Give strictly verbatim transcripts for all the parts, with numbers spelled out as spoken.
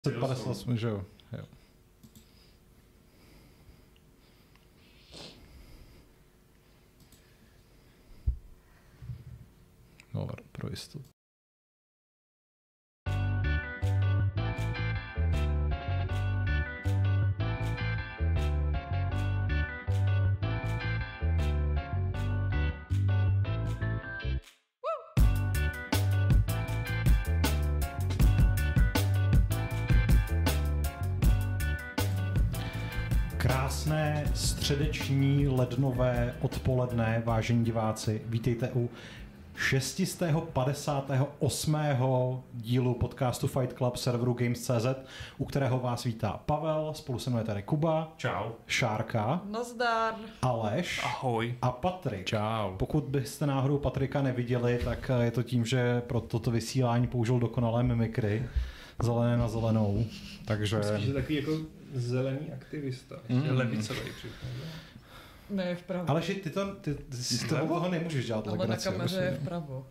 padesát osm, že jo. jo. No, pro jistotu. Krásné středeční lednové odpoledne, vážení diváci, vítejte u šestistého padesátého osmého dílu podcastu Fight Club serveru Games tečka cé zet, u kterého vás vítá Pavel, spolu se mnou je tady Kuba, čau, Šárka, nazdar, Aleš, ahoj a Patrik. Čau. Pokud byste náhodou Patrika neviděli, tak je to tím, že pro toto vysílání použil dokonalé mimikry, zelené na zelenou, takže... Myslím, že takový jako zelený aktivista, mm. levicový příklad. Ne, vpravo. Ale že ty to, ty, ty si z toho, toho nemůžeš dělat ale legraci. Ale na kameře je vpravo.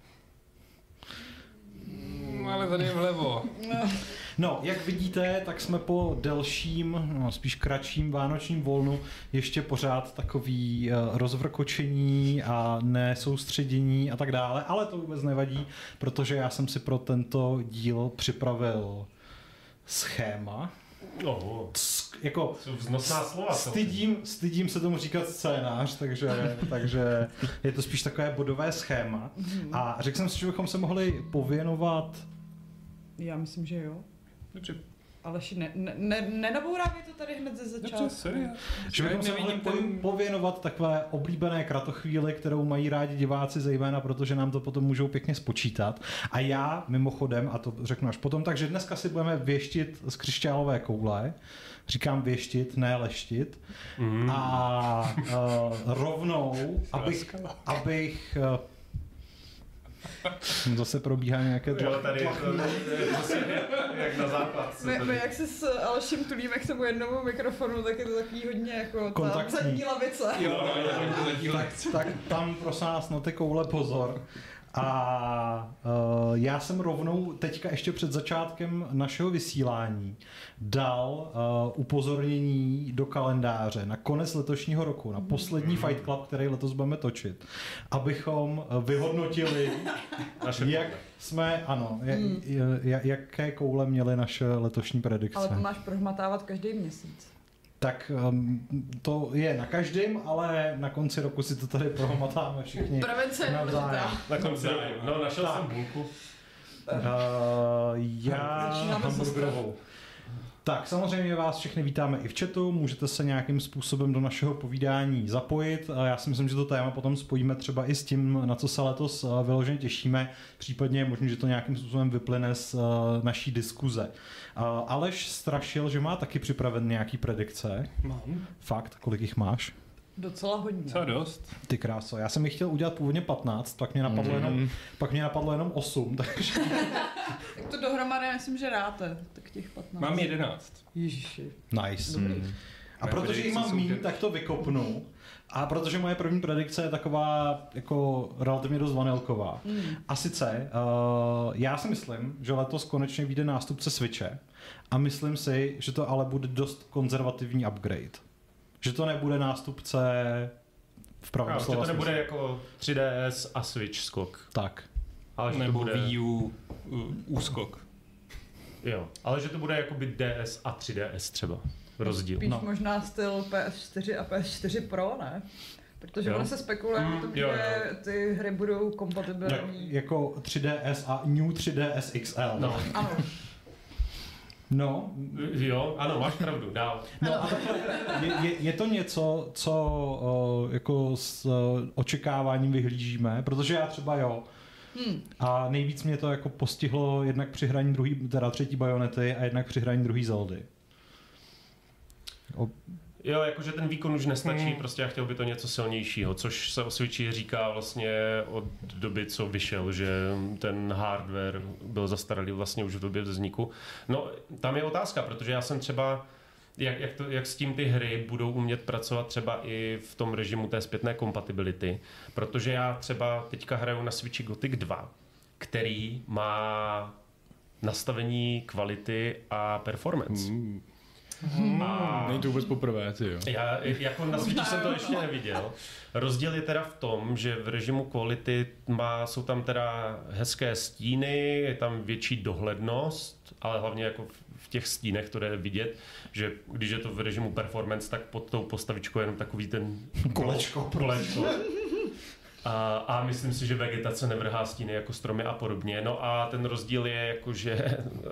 Mm, ale tady je vlevo. No. No, jak vidíte, tak jsme po delším, no, spíš kratším vánočním volnu ještě pořád takový uh, rozvrkočení a nesoustředění a tak dále, ale to vůbec nevadí, protože já jsem si pro tento díl připravil schéma. Oh. Ck, jako vznosná slova. Stydím, stydím se tomu říkat scénář, takže, takže je to spíš takové bodové schéma. A řekl jsem si, že bychom se mohli pověnovat. Já myslím, že jo. Dobře. Aleši, ne, ne, ne, nenabourávej to tady hned ze začátku. Dobře, sorry. Že bychom se mohli ten... pověnovat takové oblíbené kratochvíli, kterou mají rádi diváci zejména, protože nám to potom můžou pěkně spočítat. A já mimochodem, a to řeknu až potom, takže dneska si budeme věštit z křišťálové koule. Říkám věštit, ne leštit. Mm. A uh, rovnou, abych, abych uh, zase probíhá nějaké jo, tady je to zase jak na základ. My, my jak se s Alešem tulíme k tomu jednomu mikrofonu, tak je to takový hodně jako kontaktní. Ta zadní lavice. Jo, no, je to zadní lavice. Tak, tak tam prosím nás na ty koule pozor. A uh, já jsem rovnou teďka ještě před začátkem našeho vysílání dal uh, upozornění do kalendáře na konec letošního roku, na poslední mm. Fight Club, který letos budeme točit, abychom vyhodnotili, jak jsme, ano, mm. jak, jaké koule měly naše letošní predikce. Ale to máš prohmatávat každý měsíc. Tak um, to je na každém, ale na konci roku si to tady prohmatáme všichni. Prevence je důležitá. Na konci roku. No, našel tak. jsem bulku. Uh, já hamburgerovou. Tak, samozřejmě vás všechny vítáme i v chatu, můžete se nějakým způsobem do našeho povídání zapojit. Já si myslím, že to téma potom spojíme třeba i s tím, na co se letos vyloženě těšíme, případně možná, že to nějakým způsobem vyplyne z naší diskuze. Aleš strašil, že má taky připraven nějaký predikce. Mám. Fakt, kolik jich máš? Docela hodně. Co dost? Ty kráso, já jsem jich chtěl udělat původně patnáct, pak mě napadlo, mm. jenom, pak mě napadlo jenom osm, takže... Tak to dohromady myslím, že ráte, tak těch patnáct. Mám jedenáct. Ježiši. Nice. Dobrý. A protože jich mám míň, tak to vykopnu. A protože moje první predikce je taková jako relativně dost vanilková. Mm. A sice, uh, já si myslím, že letos konečně vyjde nástupce Switche a myslím si, že to ale bude dost konzervativní upgrade. Že to nebude nástupce v pravém no, slova že to nebude smyslu. jako tři D S a Switch skok. Tak. Ale nebo bude... Wii U uh, úskok. Jo, ale že to bude jakoby D S a tři D S třeba. Rozdíl. Spíš no. možná styl P S čtyři a P S čtyři Pro, ne? Protože ono se spekuluje, mm, že jo, ty hry budou kompatibilní. Jak, jako tři D S a New tři D S X L. No. Ano. No, jo, ano, máš pravdu, dál. No, ale je, je, je to něco, co uh, jako s uh, očekáváním vyhlížíme, protože já třeba jo. Hmm. A nejvíc mě to jako postihlo jednak při hraní druhý, teda třetí Bajonety a jednak při hraní druhý Zeldy. O... Jo, jakože ten výkon už nestačí, hmm. prostě já chtěl by to něco silnějšího, což se o Switchi říká vlastně od doby, co vyšel, že ten hardware byl zastaralý vlastně už v době vzniku. No, tam je otázka, protože já jsem třeba, jak, jak, to, jak s tím ty hry budou umět pracovat třeba i v tom režimu té zpětné kompatibility, protože já třeba teďka hraju na Switchi Gothic dva, který má nastavení kvality a performance. Mm. A Není to vůbec poprvé, ty jo. já jako na Switchi jsem to ještě neviděl. Rozdíl je teda v tom, že v režimu quality má, jsou tam teda hezké stíny, je tam větší dohlednost, ale hlavně jako v těch stínech to jde vidět, že když je to v režimu performance, tak pod tou postavičkou je jenom takový ten Kolečko. kolečko. A, a myslím si, že vegetace nevrhá stíny jako stromy a podobně. No a ten rozdíl je jako, že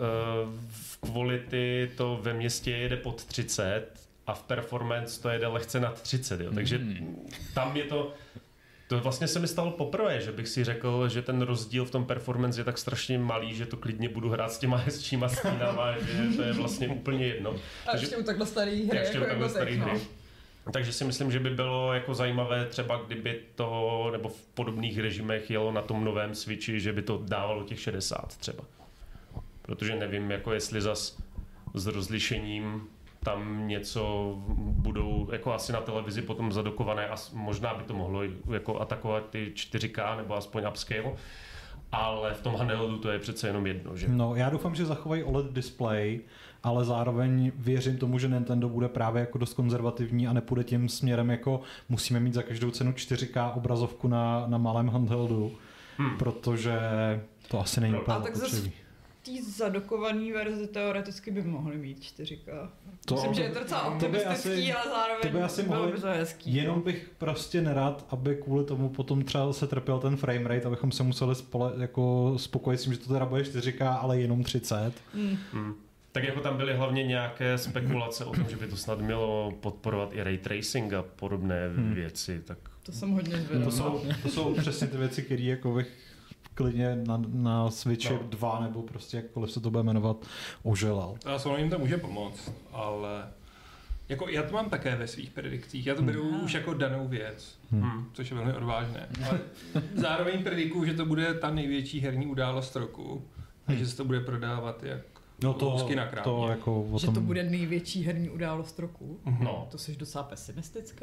v quality to ve městě jede pod třicet a v performance to jede lehce nad třicet. Jo. Takže tam je to... To vlastně se mi stalo poprvé, že bych si řekl, že ten rozdíl v tom performance je tak strašně malý, že to klidně budu hrát s těma hezčíma stínama, že to je vlastně úplně jedno. A ještě u takhle starý hry. Ještě u jako takhle starý hry. No. Takže si myslím, že by bylo jako zajímavé třeba, kdyby to, nebo v podobných režimech jelo na tom novém Switchi, že by to dávalo těch šedesát třeba. Protože nevím, jako jestli zas s rozlišením tam něco budou, jako asi na televizi potom zadokované a možná by to mohlo jako atakovat ty čtyři ká nebo aspoň upscale, ale v tom handheldu to je přece jenom jedno, že? No, já doufám, že zachovají O L E D display, ale zároveň věřím tomu, že Nintendo bude právě jako dost konzervativní a nepůjde tím směrem jako musíme mít za každou cenu čtyři ká obrazovku na, na malém handheldu, hmm. protože to asi není úplně potřebný. Tý zadokovaný verzi teoreticky by mohly mít čtyři ká. To, Myslím, že je to docela optimistický, ale zároveň to by asi bylo mohli, by to hezký. Jenom bych prostě nerad, aby kvůli tomu potom třeba se trpěl ten framerate, abychom se museli spole, jako spokojit s tím, že to teda bude čtyři ká, ale jenom třicet. Hmm. Hmm. Tak jako tam byly hlavně nějaké spekulace o tom, že by to snad mělo podporovat i ray tracing a podobné hmm. věci. Tak... To jsem hodně zvědavý. To jsou, to jsou přesně ty věci, které jako bych klidně na, na Switchi no. dva nebo prostě jakkoliv se to bude jmenovat oželal. A samozřejmě jim to může pomoct, ale jako já to mám také ve svých predikcích, já to beru hmm. už jako danou věc, hmm. což je velmi odvážné, ale zároveň predikuju, že to bude ta největší herní událost roku a že se to bude prodávat jak no to, na krámě. To jako o že tom... to bude největší herní událost roku? No. To jsi docela pesimistický.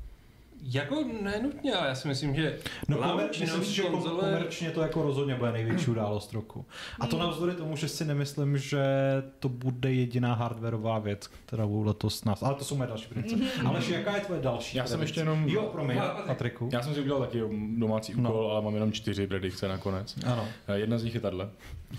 Jako nenutně, ale já si myslím, že no, komer, myslím si, že konzole... komerčně to jako rozhodně bude největší událost roku. A to navzdory tomu, že si nemyslím, že to bude jediná hardwareová věc, kterou letos nás... Ale to jsou moje další predikce. Mm-hmm. Ale jaká je tvoje další Já predikce? jsem ještě jenom... Jo, promiň, Patriku. Já jsem si udělal taky domácí úkol, no. ale mám jenom čtyři predikce nakonec. Ano. Jedna z nich je tahle.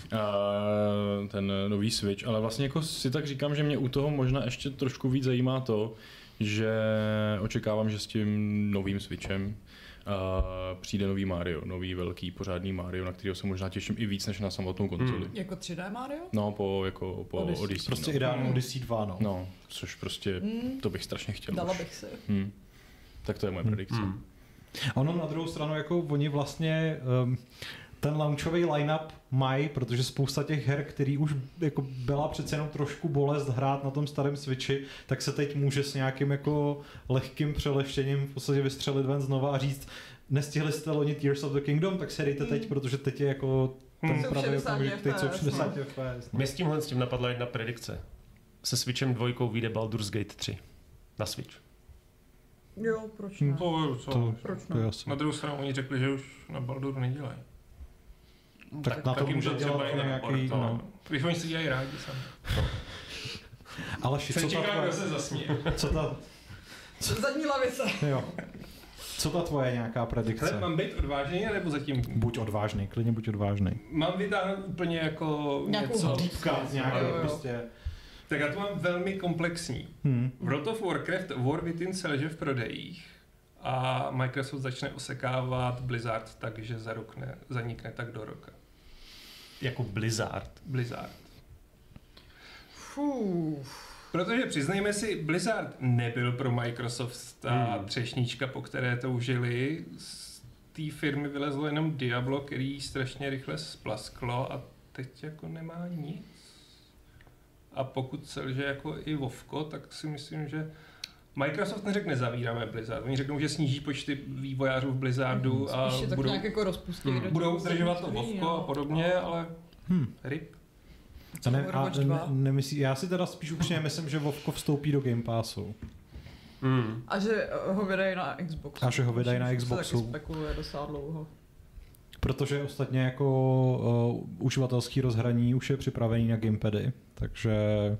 Ten nový Switch, ale vlastně jako si tak říkám, že mě u toho možná ještě trošku víc zajímá to, že očekávám, že s tím novým Switchem uh, přijde nový Mario, nový velký pořádný Mario, na kterého se možná těším i víc než na samotnou konzoli. Hmm. Jako tři dé Mario? No, po, jako, po Odyssey. Odyssey prostě no. ideálně hmm. Odyssey dva, no. No, což prostě, hmm. to bych strašně chtěl. Dala už. bych si. Hmm. Tak to je moje hmm. predikce. Hmm. Ono na druhou stranu, jako oni vlastně... Um, ten launchový line-up mají, protože spousta těch her, který už jako byla přece jenom trošku bolest hrát na tom starém Switchi, tak se teď může s nějakým jako lehkým přeleštěním v podstatě vystřelit ven znova a říct, nestihli jste loni Tears of the Kingdom, tak se dejte teď, mm. protože teď je jako ten mm. pravý okamžik, teď jsou v šedesát F P S. Mě s tímhle s tím napadla jedna predikce. Se Switchem dvojkou vyjde Baldur's Gate tři na Switch. Jo, proč ne? To, co? To, proč ne? Na druhou stranu oni řekli, že už na Balduru nedělají. Tak, tak na to může dělat nějaký... No. No. Když oni si dělají rádi sami. No. Ale ši, co ta tvoje... se zasměje. Co ta... Co zadní lavice. Jo. Co ta tvoje nějaká predikce? Hele, mám být odvážný, nebo zatím... Buď odvážný, klidně buď odvážný. Mám vytáhnout úplně jako nějakou něco... Deepka, nějakou prostě... Tak já to mám velmi komplexní. Hmm. World of Warcraft War Within selže v prodejích a Microsoft začne osekávat Blizzard tak, že za rok ne, zanikne tak do roka. Jako Blizzard? Blizzard. Fuh. Protože přiznejme si, Blizzard nebyl pro Microsoft ta hmm. třešnička, po které toužili. Z té firmy vylezlo jenom Diablo, který strašně rychle splasklo a teď jako nemá nic. A pokud selže jako i Vovko, tak si myslím, že Microsoft neřekne zavíráme Blizzard. Oni řeknou, že sníží počty vývojářů v Blizzardu hmm, a tak budou, nějak jako rozpustí hmm, budou zdržovat to Vovko no. a podobně, ale hmm. rip. A ne, a ne, nemyslí, já si teda spíš upřímně myslím, že Vovko vstoupí do Game Passu. Hmm. A že ho vydají na Xboxu. A že ho vydají na Xboxu. Se taky spekuluje docela dlouho. protože ostatně jako uh, uživatelský rozhraní už je připravený na gamepady, takže...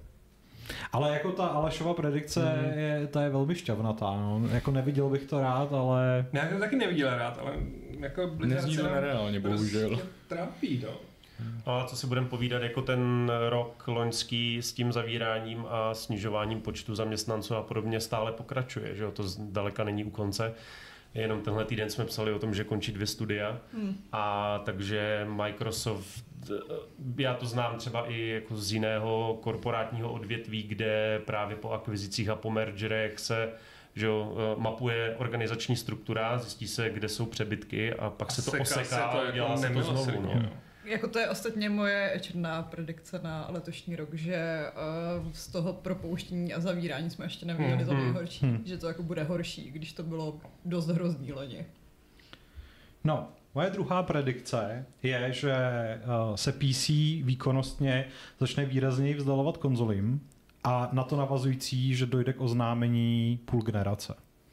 Ale jako ta Alešova predikce, mm. je, ta je velmi šťavnatá, no. Jako neviděl bych to rád, ale... Já to taky neviděl rád, ale jako Nezní to nereálně, bohužel. Prostě trápí, no. A co si budeme povídat, jako ten rok loňský s tím zavíráním a snižováním počtu zaměstnanců a podobně stále pokračuje, že jo? To zdaleka není u konce. Jenom tenhle týden jsme psali o tom, že končí dvě studia hmm. a takže Microsoft, já to znám třeba i jako z jiného korporátního odvětví, kde právě po akvizicích a po mergerech se že jo, mapuje organizační struktura, zjistí se, kde jsou přebytky a pak a se to oseká a dělá se to znovu. No. Jako to je ostatně moje černá predikce na letošní rok, že uh, z toho propouštění a zavírání jsme ještě neviděli to nejhorší, hmm. že to jako bude horší, když to bylo dost hrozný loni. No, moje druhá predikce je, že uh, se P C výkonnostně začne výrazněji vzdalovat konzolím a na to navazující, že dojde k oznámení půl generace.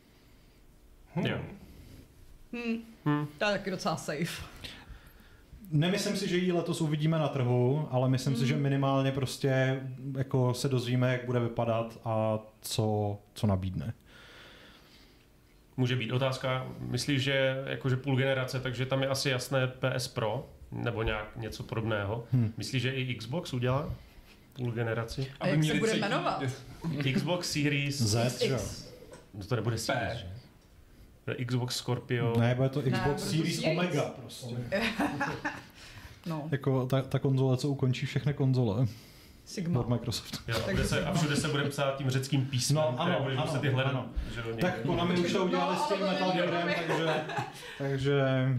Hmm. Jo. Hmm. Hmm. To je taky docela safe. Nemyslím si, že ji letos uvidíme na trhu, ale myslím mm. si, že minimálně prostě jako se dozvíme, jak bude vypadat a co, co nabídne. Může být otázka, myslíš, že jakože půl generace, takže tam je asi jasné P S Pro nebo nějak něco podobného. Hmm. Myslíš, že i Xbox udělá půl generaci? A jak se bude jmenovat? Xbox Series Z, že? No to nebude Series, že? Xbox Scorpio. Ne, bude to Xbox ne, Series to Omega prostě. No. Jako ta, ta konzole, co ukončí všechny konzole. Sigma. Od Microsoftu. Jo, a, se, a všude se budeme psát tím řeckým písmem, no, ano, budeš ano, muset ty hledat. Ano. Že do tak Konami už to udělali no, s tím Metal Gearem, takže... takže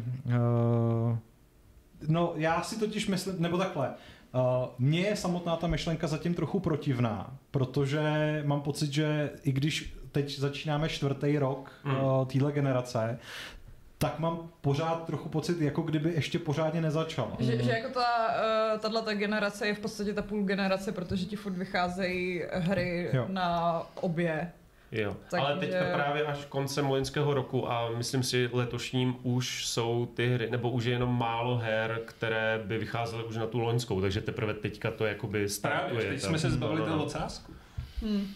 uh, no, já si totiž myslím, nebo takhle, uh, mně je samotná ta myšlenka zatím trochu protivná, protože mám pocit, že i když teď začínáme čtvrtý rok mm. uh, téhle generace, tak mám pořád trochu pocit, jako kdyby ještě pořádně nezačala. Že, že jako ta, uh, tato generace je v podstatě ta půl generace, protože ti furt vycházejí hry jo. na obě. Jo, tak ale teďka že... právě až koncem loňského roku a myslím si letošním už jsou ty hry, nebo už je jenom málo her, které by vycházely už na tu loňskou, takže teprve teďka to jakoby startuje. Právě, teď jsme se zbavili toho ocásku. Hmm.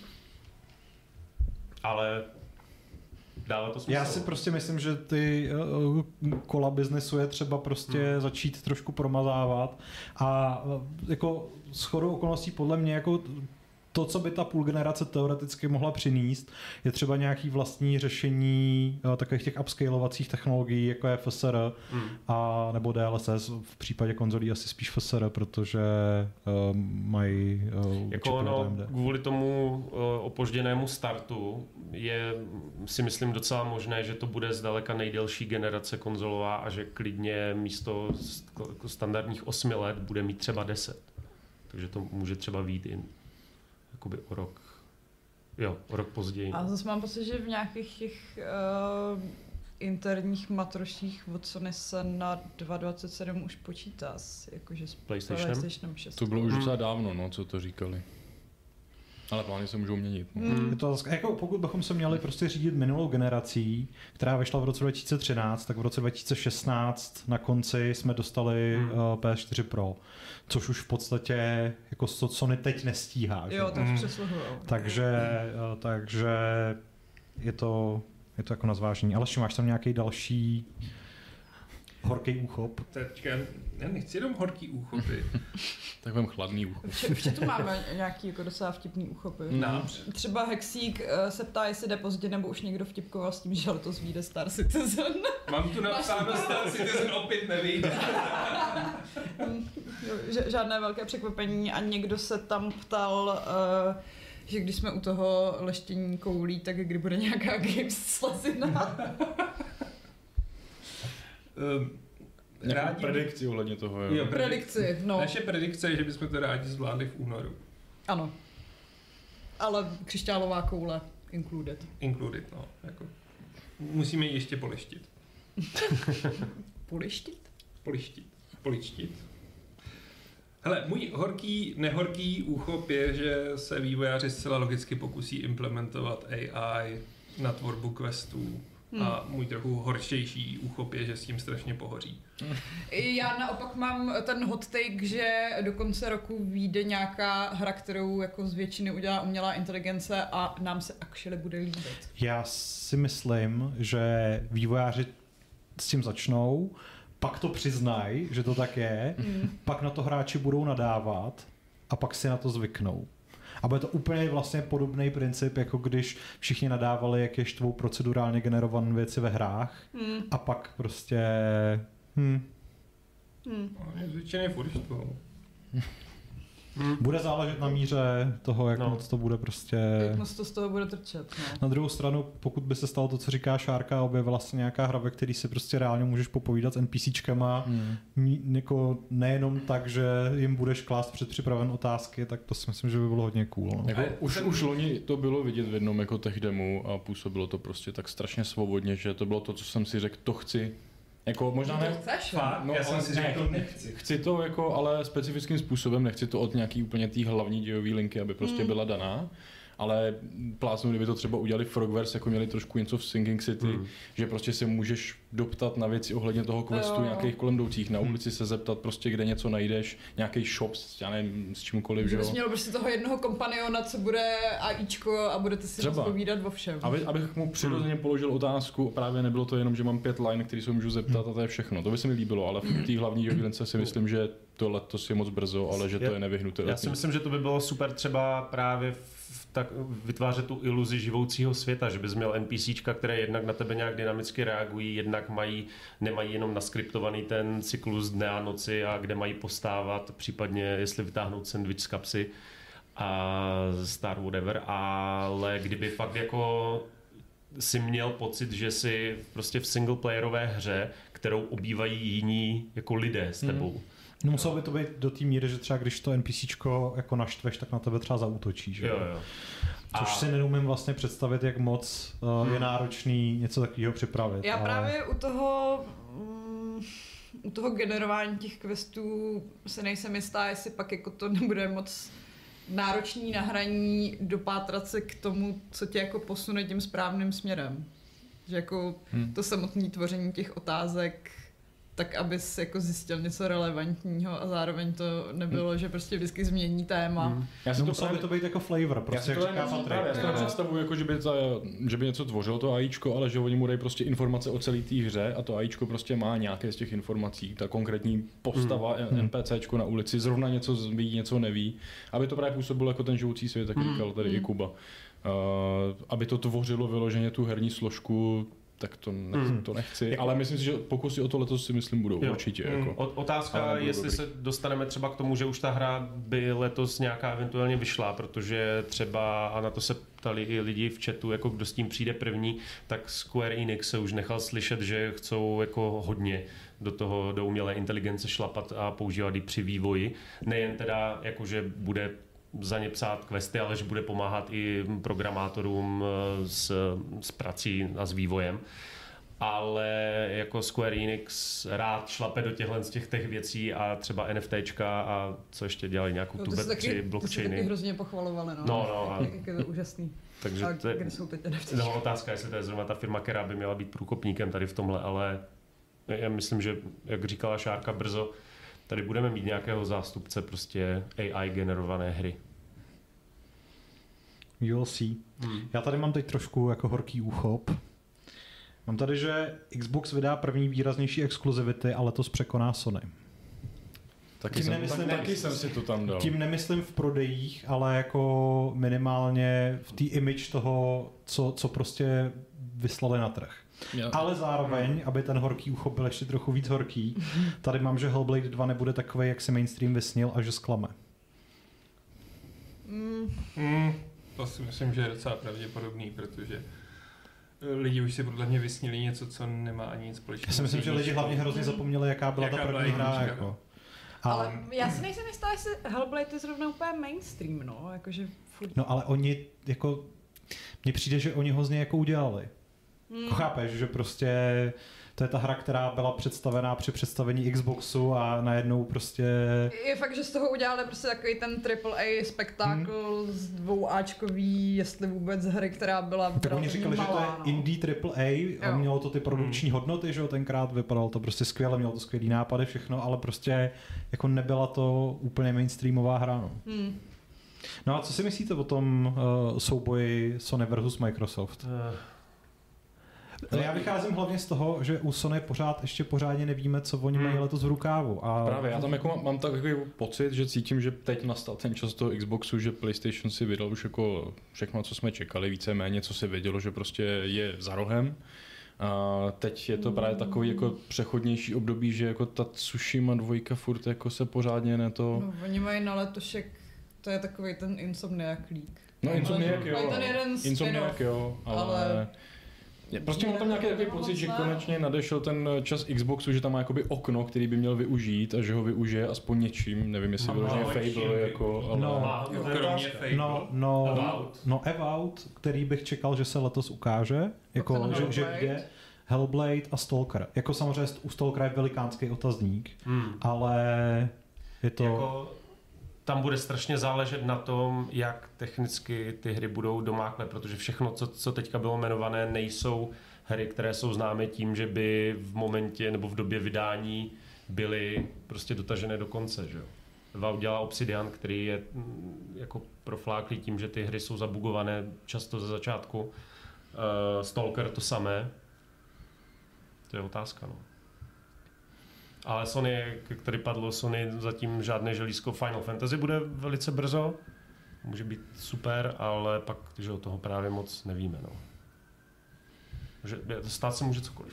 Ale dává to smysl. Já si prostě myslím, že ty uh, kola biznesu je třeba prostě hmm. začít trošku promazávat a uh, jako shodou okolností podle mě jako to, co by ta půl generace teoreticky mohla přinést, je třeba nějaký vlastní řešení uh, takových těch upscalovacích technologií, jako je F S R hmm. a nebo D L S S, v případě konzolí asi spíš F S R, protože uh, mají uh, jako no, kvůli tomu uh, opožděnému startu je si myslím docela možné, že to bude zdaleka nejdelší generace konzolová a že klidně místo standardních osmi let bude mít třeba deset. Takže to může třeba vyjít i jakoby o rok, jo, o rok později. A zase mám pocit, že v nějakých těch uh, interních matroších od Sony se na dva dvacet sedm už počítá, jakože s PlayStationem? PlayStationem šest. To bylo už docela dávno, no, co to říkali. Ale plány se můžou měnit. No. Hmm. Je to, jako pokud bychom se měli prostě řídit minulou generací, která vyšla v roce dva tisíce třináct, tak v roce dva tisíce šestnáct na konci jsme dostali hmm. uh, P S čtyři Pro, což už v podstatě jako Sony teď nestíhá. Jo, že? to už přesluhujou. Takže, uh, takže je to, je to jako na zvážení. Ale máš tam nějaký další horký úchop? Teďka, já nechci jenom horký úchopy. Tak mám chladný úchop. Vše tu máme nějaký jako docela vtipný úchopy. No. Třeba Hexík uh, se ptá, jestli jde pozdě, nebo už někdo vtipkoval s tím, že letos vyjde Star Citizen. Mám tu napsáno Star Citizen, opět nevyjde. Žádné velké překvapení a někdo se tam ptal, uh, že když jsme u toho leštění koulí, tak kdy bude nějaká Games slezina. um, Rádi... predikci ohledně toho, jo. jo predikci, no. Naše predikce je, že bychom to rádi zvládli v únoru. Ano. Ale křišťálová koule included. Included, no. Jako, musíme ji ještě poleštit. Polištit? Polištit. Poličtit. Hele, můj horký, nehorký úchop je, že se vývojáři zcela logicky pokusí implementovat A I na tvorbu questů Hmm. A můj trochu horštější úchop je, že s tím strašně pohoří. Já naopak mám ten hot take, že do konce roku vyjde nějaká hra, kterou jako z většiny udělá umělá inteligence a nám se actually bude líbit. Já si myslím, že vývojáři s tím začnou, pak to přiznají, že to tak je, mm. pak na to hráči budou nadávat a pak si na to zvyknou. A bude to úplně vlastně podobný princip, jako když všichni nadávali, jak je štvou procedurálně generované věci ve hrách mm. a pak prostě... Hm. Mm. Zvětšeně furt štvou. Hmm. Bude záležet na míře toho, jak no. moc to bude prostě... Jak moc to z toho bude trčet, no. Na druhou stranu, pokud by se stalo to, co říká Šárka, objevila se nějaká hra, ve který si prostě reálně můžeš popovídat s NPCčkama, hmm. mí, jako nejenom tak, že jim budeš klást předpřipraven otázky, tak to si myslím, že by bylo hodně cool. No. Jako, už, ten... už loni to bylo vidět v jednom jako tech demo a působilo to prostě tak strašně svobodně, že to bylo to, co jsem si řekl, to chci. Jako možná to ne... chceš, no, já jsem si řekl, to nechci. Chci to jako, ale specifickým způsobem, nechci to od nějaký úplně té hlavní dějové linky, aby prostě mm. byla daná. Ale plácnu, kdyby to třeba udělali Frogverse, jako měli trošku něco v Sinking City, mm. že prostě se můžeš doptat na věci ohledně toho questu, jo. nějakých kolem jdoucích, na ulici se zeptat prostě, kde něco najdeš, nějaký shop, já nevím, s čímkoliv, že jo. Že bys měl prostě toho jednoho kompaniona, co bude AIčko a budete si rozpovídat o všem. Aby, abych mu přirozeně hmm. položil otázku, právě nebylo to jenom, že mám pět line, který se můžu zeptat a to je všechno. To by se mi líbilo, ale v té hlavní dějově si myslím, že to letos je moc brzo, ale že to je nevyhnutelné. Já si myslím, že to by bylo super třeba právě v, tak vytvářet tu iluzi živoucího světa, že bys měl NPCčka, které jednak na tebe nějak dynamicky reagují, jednak mají, nemají jenom naskriptovaný ten cyklus dne a noci a kde mají postávat, případně jestli vytáhnout sandwich z kapsy a star whatever, ale kdyby fakt jako si měl pocit, že si prostě v singleplayerové hře, kterou obývají jiní jako lidé s tebou. Hmm. No muselo by to být do té míry, že třeba když to NPCčko jako naštveš, tak na tebe třeba zaútočí, že? Jo, jo. Což a... si neumím vlastně představit, jak moc uh, hmm. je náročný něco takového připravit. Já ale... právě u toho um, u toho generování těch questů se nejsem jistá, jestli pak jako to nebude moc náročný na hraní dopátrat se k tomu, co tě jako posune tím správným směrem. Že jako hmm. to samotné tvoření těch otázek, tak abys jako zjistil něco relevantního a zároveň to nebylo, že prostě vždycky změní téma. Hmm. Já si no, to muselo právě... by to být jako flavor, prostě jak říká Patrik. Já si to představuji, jako, že, by ta, že by něco tvořilo to AIčko, ale že oni mu dají prostě informace o celé té hře a to AIčko prostě má nějaké z těch informací. Ta konkrétní postava hmm. NPCčko na ulici zrovna něco ví, něco neví, aby to právě působilo jako ten živoucí svět, tak hmm. říkal tady hmm. i Kuba. Uh, aby to tvořilo vyloženě tu herní složku, tak to, nech, hmm. to nechci, jako, ale myslím si, že pokusy o to letos si myslím budou, jo. určitě. Hmm. Jako. Otázka, jestli dobrý. Se dostaneme třeba k tomu, že už ta hra by letos nějaká eventuálně vyšla, protože třeba, a na to se ptali i lidi v chatu, jako kdo s tím přijde první, tak Square Enix se už nechal slyšet, že chcou jako hodně do toho, do umělé inteligence šlapat a používat ji při vývoji. Nejen teda, jako že bude za ně psát questy, ale že bude pomáhat i programátorům s, s prací a s vývojem. Ale jako Square Enix rád šlape do těchhle z těch těch věcí a třeba NFTčka a co ještě dělají, nějakou no, tu web tři blockchainy. To se taky hrozně pochvalovali, no. No, no. A... Jak je to úžasný. Takže a to je, kde jsou teď NFTčka? No, otázka, jestli to je zrovna ta firma, která by měla být průkopníkem tady v tomhle, ale já myslím, že, jak říkala Šárka, brzo tady budeme mít nějakého zástupce prostě A I generované hry. You'll see. Hmm. Já tady mám teď trošku jako horký úchop. Mám tady, že Xbox vydá první výraznější exkluzivity a letos překoná Sony. Taky, jsem, nemyslím, tak, taky jsem si to tam dal. Tím nemyslím v prodejích, ale jako minimálně v té image toho, co, co prostě vyslali na trh. Jo. Ale zároveň, aby ten horký úchop byl ještě trochu víc horký, tady mám, že Hellblade dva nebude takový, jak si mainstream vysnil a že zklame. Mm. Mm. To si myslím, že je docela pravděpodobný, protože lidi už si podle mě vysnili něco, co nemá ani nic společného. Já si myslím, že lidi hlavně hrozně zapomněli, jaká byla jaká ta první hra. Jako. A... Ale já si nejsem jistá, jestli Hellblade je zrovna úplně mainstream, no, jakože furt... No ale oni, jako, mně přijde, že oni ho z něj jako udělali. Hmm. Chápeš, že prostě To je ta hra, která byla představená při představení Xboxu a najednou prostě... Je fakt, že z toho udělali prostě takový ten triple A spektákl hmm. z dvouáčkový, jestli vůbec hry, která byla tak oni říkali, malá, že to je no. indie triple A a mělo to ty produkční hmm. hodnoty, že jo, tenkrát vypadalo to prostě skvěle, mělo to skvělý nápady, všechno, ale prostě jako nebyla to úplně mainstreamová hra, no. Hmm. No a co si myslíte o tom uh, souboji Sony versus Microsoft? Uh. Já vycházím hlavně z toho, že u Sony pořád ještě pořádně nevíme, co oni mají letos v rukávu. A... Právě, já tam jako mám, mám takový pocit, že cítím, že teď nastal ten čas toho Xboxu, že PlayStation si vydal už jako všechno, co jsme čekali, víceméně, co se vědělo, že prostě je za rohem. A teď je to právě takový jako přechodnější období, že jako ta Tsushima dvojka furt jako se pořádně ne to... No, oni mají na letošek, to je takový ten Insomniac League. No, Insomniac jo, ten jeden Insomniac jo, ale... ale... Prostě mám tam nějaký takový pocit, že konečně nadešel ten čas Xboxu, že tam má jakoby okno, který by měl využít a že ho využije aspoň něčím, nevím jestli vyloženě Fable jako, ale... No, no, no, no Evout, který bych čekal, že se letos ukáže, jako že, že jde Hellblade a Stalker. Jako samozřejmě u Stalkera je velikánský otazník, hmm. ale je to... Jako... Tam bude strašně záležet na tom, jak technicky ty hry budou domáklé, protože všechno, co, co teďka bylo jmenované, nejsou hry, které jsou známé tím, že by v momentě nebo v době vydání byly prostě dotažené do konce. Že? Valve dělá Obsidian, který je jako profláklý tím, že ty hry jsou zabugované často ze začátku. Uh, Stalker to samé. To je otázka, no. Ale Sony, jak tady padlo, Sony zatím žádné želízko. Final Fantasy bude velice brzo, může být super, ale pak, že o toho právě moc nevíme. No. Že stát se může cokoliv.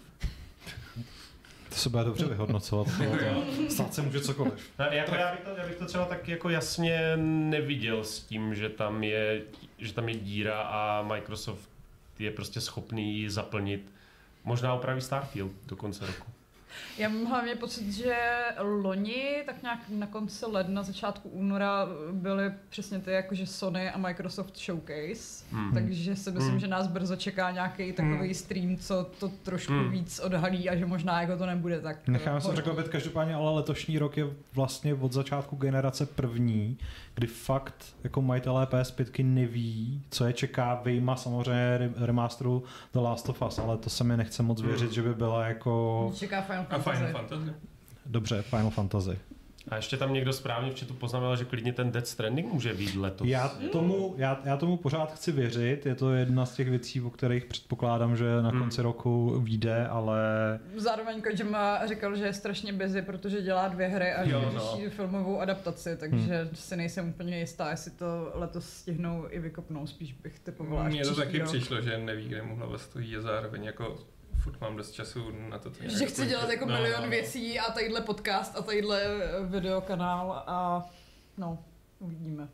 To se bude dobře vyhodnocovat. Stát se může cokoliv. No, jako já, bych to, já bych to třeba tak jako jasně neviděl s tím, že tam je, že tam je díra a Microsoft je prostě schopný ji zaplnit. Možná opraví Starfield do konce roku. Já mám hlavně pocit, že loni, tak nějak na konci ledna, začátku února byly přesně ty jakože Sony a Microsoft Showcase, hmm. takže si myslím, hmm. že nás brzo čeká nějaký takový hmm. stream, co to trošku hmm. víc odhalí a že možná jako to nebude tak... Necháme se překvapit každopádně, ale letošní rok je vlastně od začátku generace první, kdy fakt jako majitelé P S pět neví, co je čeká, vyjma samozřejmě remasteru The Last of Us, ale to se mi nechce moc věřit, hmm. že by byla jako... Čeká Final A Final Fantasy. Dobře, Final Fantasy. A ještě tam někdo správně v chatu poznamenal, že klidně ten Death Stranding může být letos. Já tomu, já, já tomu pořád chci věřit, je to jedna z těch věcí, o kterých předpokládám, že na konci hmm. roku vyjde, ale... Zároveň Kojima říkal, že je strašně busy, protože dělá dvě hry a že řeší no. filmovou adaptaci, takže hmm. si nejsem úplně jistá, jestli to letos stihnou i vykopnou, spíš bych typovala až Mně to taky rok. přišlo, že neví, kde mu hlava stojí a zároveň jako furt mám dost času na to. Že chci dělat jako no, milion no. věcí a tadyhle podcast a tadyhle videokanál a no, uvidíme.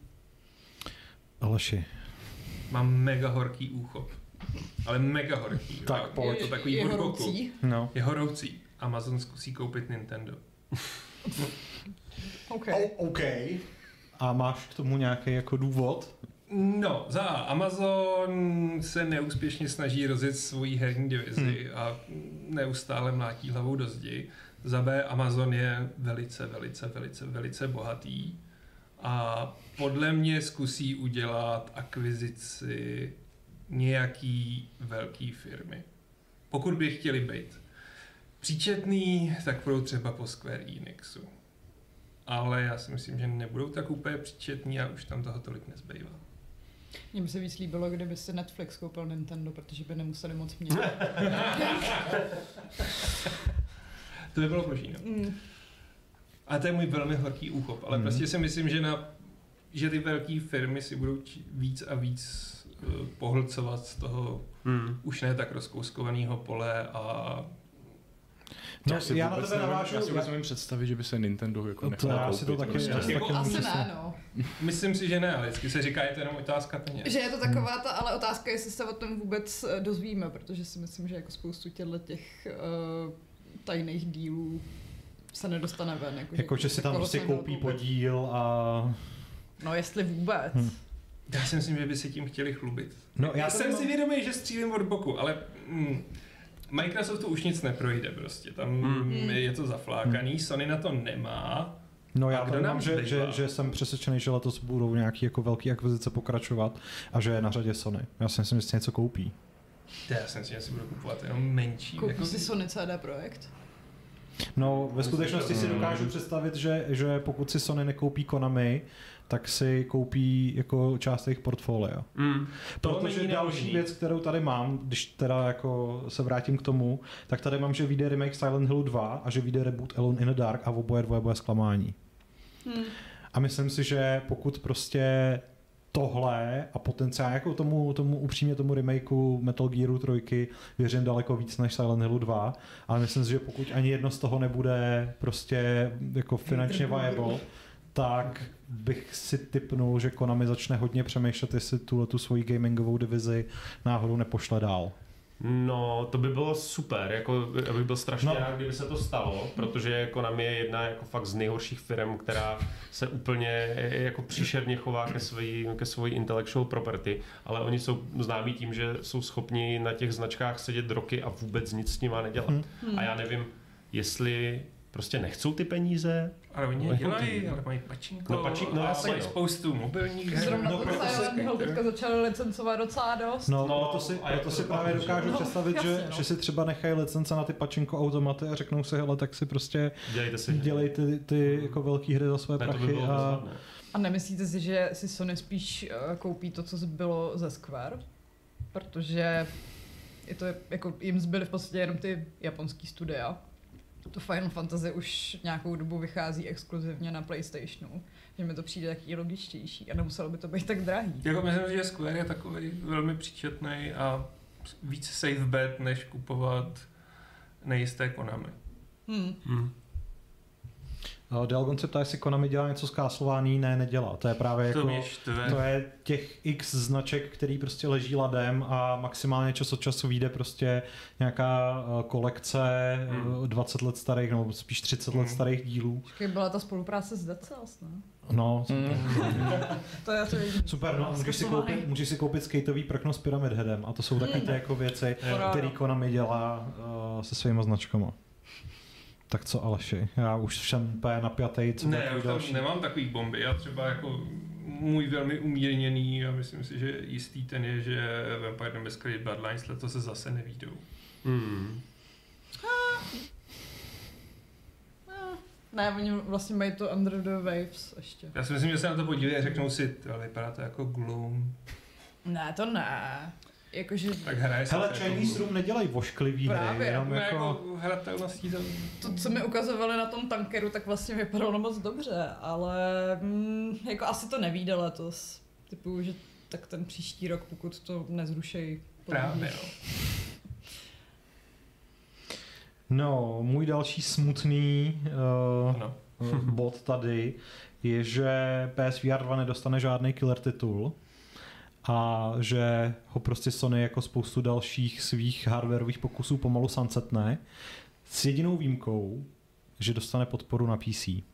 Aleši. Mám mega horký úchop. Ale mega horký. Tak pojď. Je to takový je burboku. horoucí. No. Je horoucí. Amazon zkusí koupit Nintendo. Okay. Oh, OK. A máš k tomu nějaký jako důvod? No, za Amazon se neúspěšně snaží rozjet svoji herní divizi hmm. a neustále mlátí hlavou do zdi. Za B Amazon je velice, velice, velice, velice bohatý a podle mě zkusí udělat akvizici nějaký velký firmy. Pokud by chtěli být příčetný, tak budou třeba po Square Enixu. Ale já si myslím, že nebudou tak úplně příčetní a už tam toho tolik nezbývá. Mně by se víc líbilo, kdyby si Netflix koupil Nintendo, protože by nemuseli moc měnit. To by bylo boží, no. Mm. A to je můj velmi horký úchop, ale mm. prostě si myslím, že, na, že ty velké firmy si budou víc a víc uh, pohlcovat z toho mm. už ne tak rozkouskovaného pole a No, já, já na tebe navážu. Já si vůbec nevím představit, že by se Nintendo jako nechal já koupit. Si to taky, já si jako taky asi ne, no. Myslím si, že ne, ale vždycky se říká, je to jenom otázka peněz. Že je to taková ta, ale otázka, jestli se o tom vůbec dozvíme, protože si myslím, že jako spoustu těchto těch uh, tajných dílů se nedostane ven. Jako, jako že, že si tam prostě koupí podíl a... No jestli vůbec. Hmm. Já si myslím, že by se tím chtěli chlubit. No, já jsem mám... si vědomý, že střílím od boku, ale... Mm, Microsoftu už nic neprojde prostě, tam Hmm. je to zaflákaný, Sony na to nemá. No A já kdo tady nám mám, že, že, zbývá? že jsem přesvědčený, že letos budou nějaký jako velký akvizice pokračovat a že je na řadě Sony. Já si myslím, že si něco koupí. To já si myslím, že si budu kupovat jenom menší. Koupí jako- si Sony C D Projekt? No, ve skutečnosti si Mm. dokážu představit, že, že pokud si Sony nekoupí Konami, tak si koupí jako část jejich portfolia. Mm. To Protože není další nemožný. věc, kterou tady mám, když teda jako se vrátím k tomu, tak tady mám, že vyjde remake Silent Hillu dva a že vyjde reboot Alone in the Dark a oboje dvoje bude zklamání. Hmm. A myslím si, že pokud prostě tohle a potenciál jako tomu, tomu upřímně tomu remakeu Metal Gearu tři věřím daleko víc než Silent Hillu dva, ale myslím si, že pokud ani jedno z toho nebude prostě jako finančně viable, tak bych si tipnul, že Konami začne hodně přemýšlet, jestli tuhle tu svoji gamingovou divizi náhodou nepošle dál. No, to by bylo super, jako, já bych byl strašně No. rád, kdyby se to stalo, protože Konami je jedna jako fakt z nejhorších firm, která se úplně jako příšerně chová ke svojí, ke svojí intellectual property, ale oni jsou známí tím, že jsou schopni na těch značkách sedět roky a vůbec nic s nima nedělat. Hmm. A já nevím, jestli prostě nechcou ty peníze. Ale oni je No, dělají, ale mají pačinko, No, pači- no, a jasně, mají no. spoustu mobilních her. Zrovna no, to proto Silent si- Hill teďka začali licencovat docela dost. No, No, proto si, a jak proto to si dopadne, právě že? dokážu No, představit, jasně, že, no. že si třeba nechají licence na ty pačinko automaty a řeknou si, hele, tak si prostě Dělejte si. dělej ty, ty jako velký hry za své Ne, to by prachy bylo a bezvadné. A nemyslíte si, že si Sony spíš uh, koupí to, co bylo ze Square? Protože je to jako, jim zbyly v podstatě jenom ty japonský studia. To Final Fantasy už nějakou dobu vychází exkluzivně na PlayStationu. Že mi to přijde taky logičtější a nemuselo by to být tak drahý. Jako myslím, že Square je takový velmi příčetný a víc safe bet, než kupovat nejisté Konami. Hmm. Hmm. Delgon se ptá, jestli Konami dělá něco z Castlevania, ne, nedělá. To je právě To jako, mě štve. to je těch x značek, který prostě leží ladem a maximálně čas od času vyjde prostě nějaká eh, kolekce Hmm. eh, dvacet let starých, nebo spíš třicet let Hmm. starých dílů. Počkej, byla ta spolupráce s Dead Cells, ne? No, To je to jediný. super, no, můžeš si koupit, můžeš si koupit skateový prkno s Pyramid Headem a to jsou taky ty jako věci, Paráda. který Konami dělá uh, se svýma značkama. Tak co Aleši, já už jsem úplně napjatej, co Ne, bude já tvůj už tam další. nemám takový bomby. Já třeba jako můj velmi umírněný a myslím si, že jistý ten je, že Vampire the Masquerade Bloodlines letos se zase nevídou. Hmm. Ne, oni vlastně mají to Under the Waves ještě. Já si myslím, že se na to podívají a řeknou si, ale vypadá to jako Gloom. Ne, to ne. Jakože Tak hraje se Hele, to Chinese jako Room nedělají vošklivý hry, Právě, jenom No, jako... jako hratelností to... to, co mi ukazovali na tom tankeru, tak vlastně vypadalo moc dobře, ale mm, jako asi to nevíde letos. Typu, že tak ten příští rok, pokud to nezrušejí. Právě, no. No, můj další smutný uh, Ano. bod tady je, že P S V R dva nedostane žádný killer titul a že ho prostě Sony jako spoustu dalších svých hardwareových pokusů pomalu sunsetne s jedinou výjimkou, že dostane podporu na P C.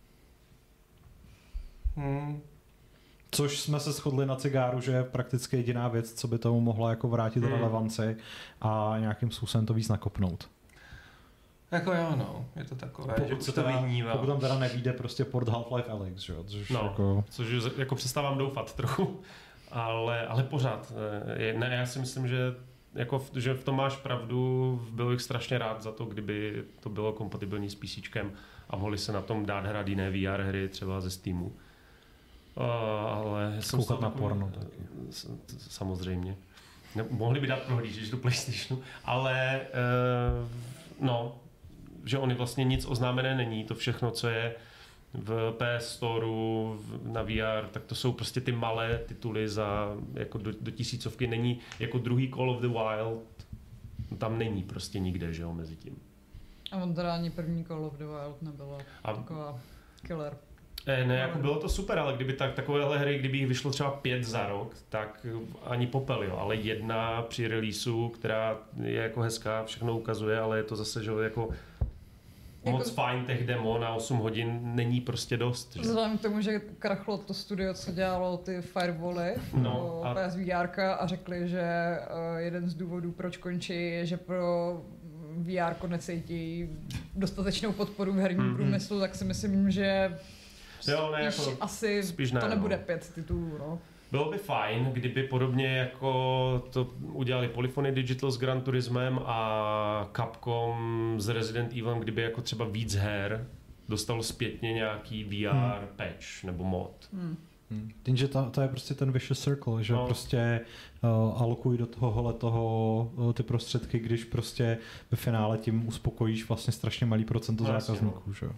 Hmm. Což jsme se shodli na cigáru, že je prakticky jediná věc, co by tomu mohla jako vrátit Hmm. relevanci a nějakým způsobem to víc nakopnout. Jako jo, no. Je to takové, že Pokud, už se to teda, vyhnívá. pokud tam teda nevíde prostě port Half-Life Alyx, že jo? Což No. jako... Což jako přestávám doufat trochu, ale, ale pořád. eh, Je, ne, já si myslím, že, jako, v- že v tom máš pravdu, byl bych strašně rád za to, kdyby to bylo kompatibilní s PCčkem a mohli se na tom dát hrát jiné V R hry, třeba ze Steamu. Uh, ale jsem Koukat z toho na takový- porno taky. S- Samozřejmě. Ne, mohli by dát prohlížeč do PlayStationu, ale uh, no, že oni vlastně nic oznámené není, to všechno, co je v P S Storeu, v- na V R, tak to jsou prostě ty malé tituly za jako do, do tisícovky, není jako druhý Call of the Wild, tam není prostě nikde, že jo, mezi tím. A on teda ani první Call of the Wild nebyla A taková killer. Eh, ne, jako bylo to super, ale kdyby tak, takovéhle hry, kdyby jich vyšlo třeba pět za rok, tak ani popel, jo. Ale jedna při releaseu, která je jako hezká, všechno ukazuje, ale je to zase, že jo, jako moc Jako- fajn těch demo na osm hodin není prostě dost. Že? Vzhledem k tomu, že krachlo to studio, co dělalo ty firewally, No, no, a- P S V R a řekli, že uh, jeden z důvodů, proč končí, je, že pro V R ko necítí dostatečnou podporu v herním Mhm. průmyslu, tak si myslím, že Jo, ne, spíš jako, asi spíš ne, to nebude no. pět titulů. No. Bylo by fajn, kdyby podobně jako to udělali Polyphony Digital s Gran Turismem a Capcom s Resident Evilem, kdyby jako třeba víc her dostalo zpětně nějaký V R hmm. patch nebo mod. Hmm. Hmm. Jenže to, to je prostě ten vicious circle, že No. prostě uh, alokuj do tohohle toho uh, ty prostředky, když prostě ve finále tím uspokojíš vlastně strašně malý procento No, jasně, zákazníků, že jo.